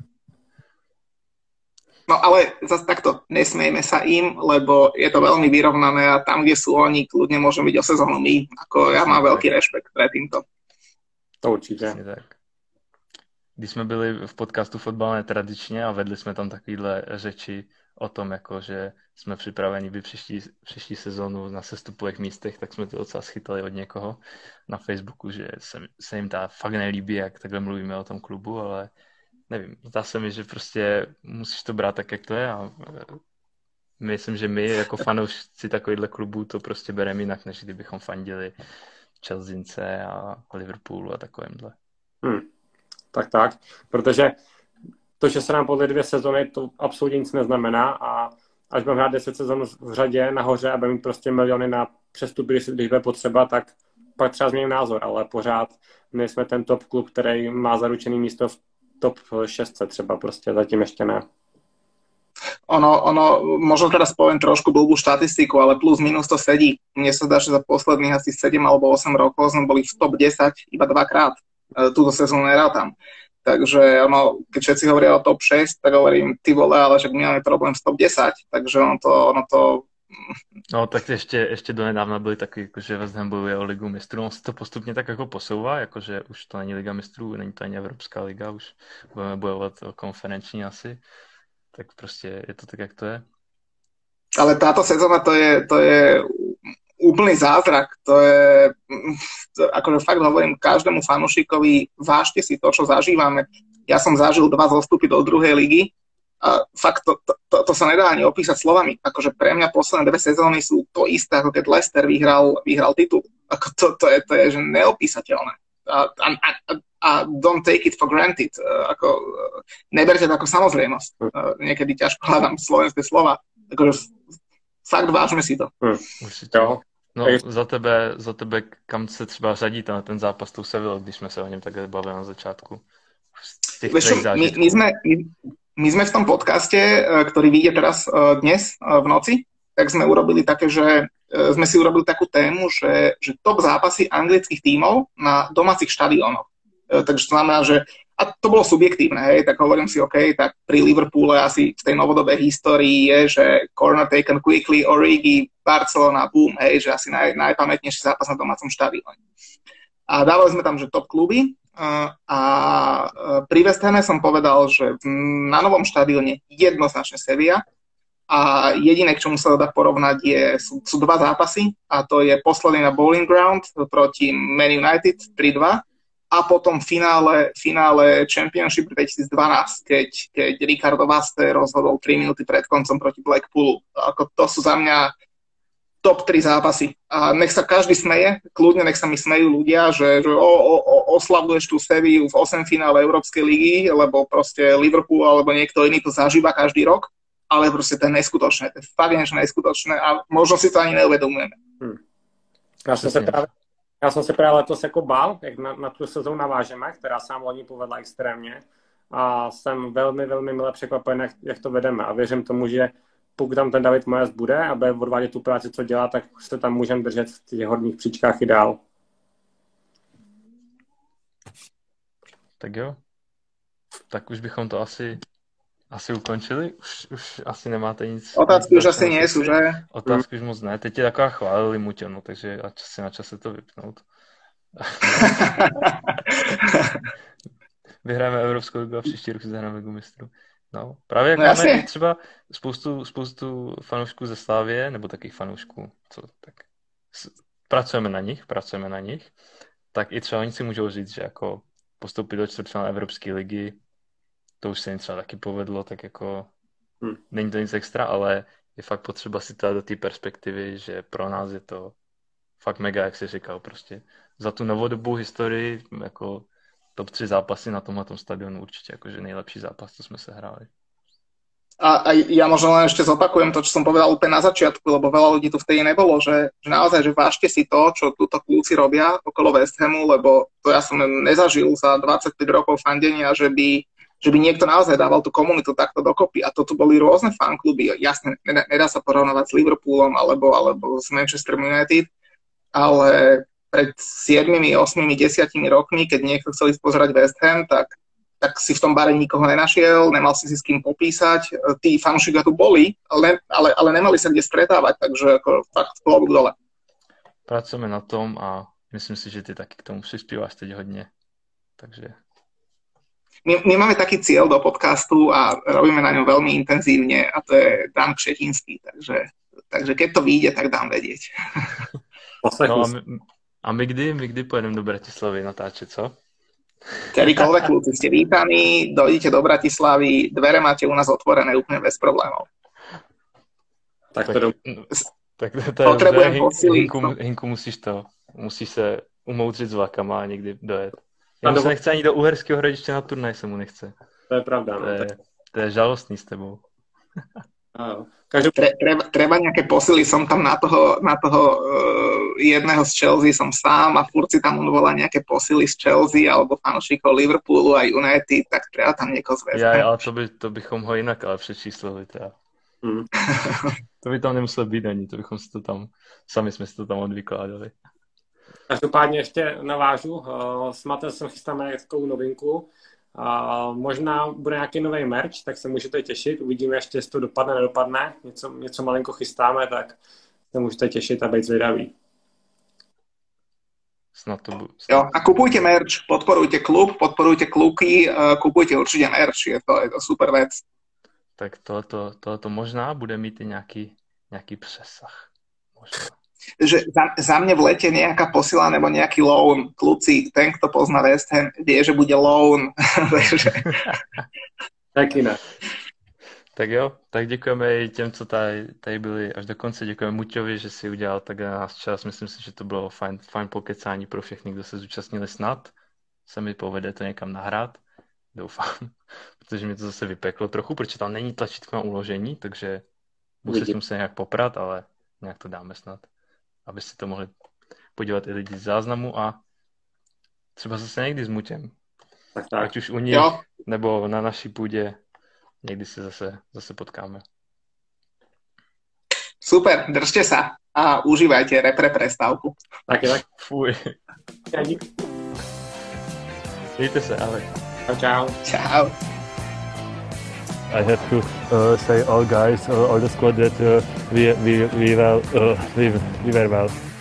No ale zase takto, nesmejme sa im, lebo je to veľmi vyrovnané a tam, kde sú oni, kľudne môžeme byť o sezónu my. Ako ja mám veľký rešpekt pre týmto. To určitě. Tak. Když jsme byli v podcastu Fotbal netradičně a vedli jsme tam takovýhle řeči o tom, jako, že jsme připraveni by příští, příští sezónu na sestupových místech, tak jsme to docela schytali od někoho na Facebooku, že se, se jim ta fakt nelíbí, jak takhle mluvíme o tom klubu, ale nevím, zdá se mi, že prostě musíš to brát tak, jak to je a myslím, že my jako fanoušci takovýhle klubů to prostě bereme jinak, než kdybychom fandili Chelseaince a Liverpoolu a takovýmhle. Hmm. Tak, tak, protože to, že se nám podle dvě sezony, to absolutně nic neznamená a až budeme hrát deset sezon v řadě nahoře a budeme mít prostě miliony na přestupy, když, když bude potřeba, tak pak třeba změním názor, ale pořád my jsme ten top klub, který má zaručený místo v top šest třeba prostě, zatím ještě ne. Ono, ono, možno teraz poviem trošku blbú štatistiku, ale plus minus to sedí. Mne sa zdá, že za posledných asi sedem alebo osem rokov sme boli v top desať iba dvakrát. Túto sezónu nerátam. takže ono, keď všetci hovoria o top šesť, tak hovorím, ty vole, ale však my máme problém s top desať, takže ono to, ono to No tak ještě, ještě donedávna byly taky, jakože West Ham bojuje o ligu mistrů, on se to postupně tak jako posouvá, jakože už to není liga mistrů, není to ani Evropská liga, už budeme bojovat o konferenční asi, tak prostě je to tak, jak to je. Ale táto sezóna to je, to je úplný zázrak, to je, to, akože fakt hovorím každému fanúšikovi, vážte si to, čo zažívame. Ja som zažil dva zostupy do druhej ligy a fakt to, to, to, to sa nedá ani opísať slovami. Akože pre mňa posledné dve sezóny sú to isté, ako keď Leicester vyhral, vyhral titul. Ako to, to, je, to je že neopísateľné. A, a, a, a don't take it for granted. Ako, neberte to ako samozrejmosť. Niekedy ťažko hľadám slovenské slova. Akože fakt vážme si to. Hmm. Určitě. No za tebe, za tebe, kam se třeba řadí ten, ten zápas tou Sevillou, když jsme se o něm takhle bavili na začátku? Čo, my, my, sme, my, my sme v tom podcaste, ktorý vyjde teraz dnes v noci, tak sme urobili také, že sme si urobili takú tému, že, že top zápasy anglických tímov na domácich štadiónoch. Takže to znamená, že a to bolo subjektívne, hej, tak hovorím si, OK, tak pri Liverpoole asi v tej novodobej histórii je, že corner taken quickly, Origi, Barcelona, boom, hej, že asi naj, najpamätnejší zápas na domácom štadióne. A dávali sme tam, že top kluby a pri West Hame som povedal, že na novom štadióne jednoznačne Sevilla a jediné, k čomu sa dá porovnať, je, sú, sú dva zápasy a to je posledný na Bowling Ground proti Man United tri dva a potom finále, finále Championship dvetisícdvanásť, keď, keď Ricardo Vaste rozhodol tri minúty pred koncom proti Blackpoolu. Ako to sú za mňa top tri zápasy. A nech sa každý smeje, kľudne nech sa mi smejú ľudia, že, že o, o, o, oslavuješ tú Sevillu v osem finále Európskej ligy, lebo proste Liverpool alebo niekto iný to zažíva každý rok, ale proste to je neskutočné, to je fakt niečo neskutočné a možno si to ani neuvedomujeme. Hmm. Já jsem se právě Já jsem se právě letos jako bál, jak na, na tu sezónu navážeme, která se nám loni povedla extrémně a jsem velmi, velmi milé překvapen, jak, jak to vedeme a věřím tomu, že pokud tam ten David Moyes bude a bude odvádět tu práci, co dělá, tak se tam můžeme držet v těch horních příčkách i dál. Tak jo. Tak už bychom to asi, asi ukončili. Už, už asi nemáte nic. Otázky už asi nie sú, že? Otázky už moc ne. Teď je taková chválili Muťo, no, takže asi na čase to vypnout. Vyhráme Evropskou ligu a příští rok si zahráme ligu mistrů. No, právě jak no, máme jasně. třeba spoustu, spoustu fanoušků ze Slávie, nebo takých fanoušků, co tak pracujeme na nich, pracujeme na nich, tak i třeba oni si můžou říct, že jako postoupit do čtvrtfinále Evropské ligy, to už se jim třeba taky povedlo, tak jako hmm. není to nic extra, ale je fakt potřeba si to do té perspektivy, že pro nás je to fakt mega, jak jsi říkal, prostě za tu novodobou historii, jako top tři zápasy na tomhle stadionu určite akože nejlepší zápas, co sme sa hrali. A, a ja možno len ešte zopakujem to, čo som povedal úplne na začiatku, lebo veľa ľudí tu vtedy nebolo, že, že naozaj, že vážte si to, čo túto kľúci robia okolo West Hamu, lebo to ja som nezažil za dvadsaťpäť rokov fandenia, že by, že by niekto naozaj dával tú komunitu takto dokopy. A to tu boli rôzne fankluby. Jasne, nedá sa porovnávať s Liverpoolom alebo, alebo s Manchester United, ale pred siedmimi, osmimi, desiatimi rokmi, keď niekto chcel ísť pozerať West Ham, tak, tak si v tom bare nikoho nenašiel, nemal si si s kým popísať. Tí fanúšikovia tu boli, ale, ale, ale nemali sa kde stretávať, takže ako fakt klobúk dole. Pracujeme na tom a myslím si, že ty taky k tomu prispievaš teď hodne. Takže... My, my máme taký cieľ do podcastu a robíme na ňom veľmi intenzívne a to je Dan Kšetinský, takže, takže keď to vyjde, tak dám vedieť. No, a my kdy, my kdy pojedeme do Bratislavy natáčet, co? Kedykoľvek, kľúci, ste vítaní, dojdete do Bratislavy, dvere máte u nás otvorené úplne bez problémov. Tak to, tak to, to je potrebujem Hinku, posily. Hinku, Hinku, musíš to, musíš se umoudřit s vlakama a někdy dojet. Jemu se nechce ani do Uherského Hradiště na turnaj, se mu nechce. To je pravda. To je, to je žalostný s tebou. Každý... Tre, treba, treba nejaké posily, som tam na toho, na toho uh, jedného z Chelsea som sám a furt si tam volá nejaké posily z Chelsea alebo fanúšikov Liverpoolu a United, tak treba tam niekoho zväzť. Ja, ale to, by, to bychom ho jinak ale přečíslili teda. Hmm. To by tam nemuselo být ani, to bychom si to tam, sami jsme si to tam odvykládali. Každopádně ještě navážu, s Matem jsem chystáme takovou novinku. A možná bude nějaký nový merch, tak se můžete těšit. Uvidíme ještě, jestli to dopadne, nedopadne. Něco, něco malinko chystáme, tak se můžete těšit a být zvědaví. Snad to bude. Jo, a kupujte merch, podporujte klub, podporujte kluky, kupujte určitě merch, je to, je to super věc. Tak tohoto, tohoto možná bude mít i nějaký, nějaký přesah. Možná. Že za, za mne v lete nejaká posila nebo nejaký loan, kluci, ten, kto pozná West Ham, vie, že bude loan. Taky ne. Tak jo, tak děkujeme i těm, co tady, tady byli až do konce. Děkujeme Muťovi, že si udělal tak na nás čas. Myslím si, že to bylo fajn, fajn pokecání pro všechny, kdo se zúčastnili. Snad se mi povede to někam nahrát. Doufám, protože mi to zase vypeklo trochu, protože tam není tlačítko na uložení, takže budu se s tím se nějak poprat, ale nějak to dáme snad, aby si to mohli podívat i lidi z záznamu a třeba zase někdy s Mutěm. Tak, tak. Ať už u nich, Jo. nebo na naší půdě, někdy se zase, zase potkáme. Super, držte sa a užívajte repre prestávku. Taky tak. Fuj. Ja, díky. Mějte se, ahoj. Čau, čau. Čau. I have to uh, say all guys, uh, all the squad that uh, we we we well uh, we we were well.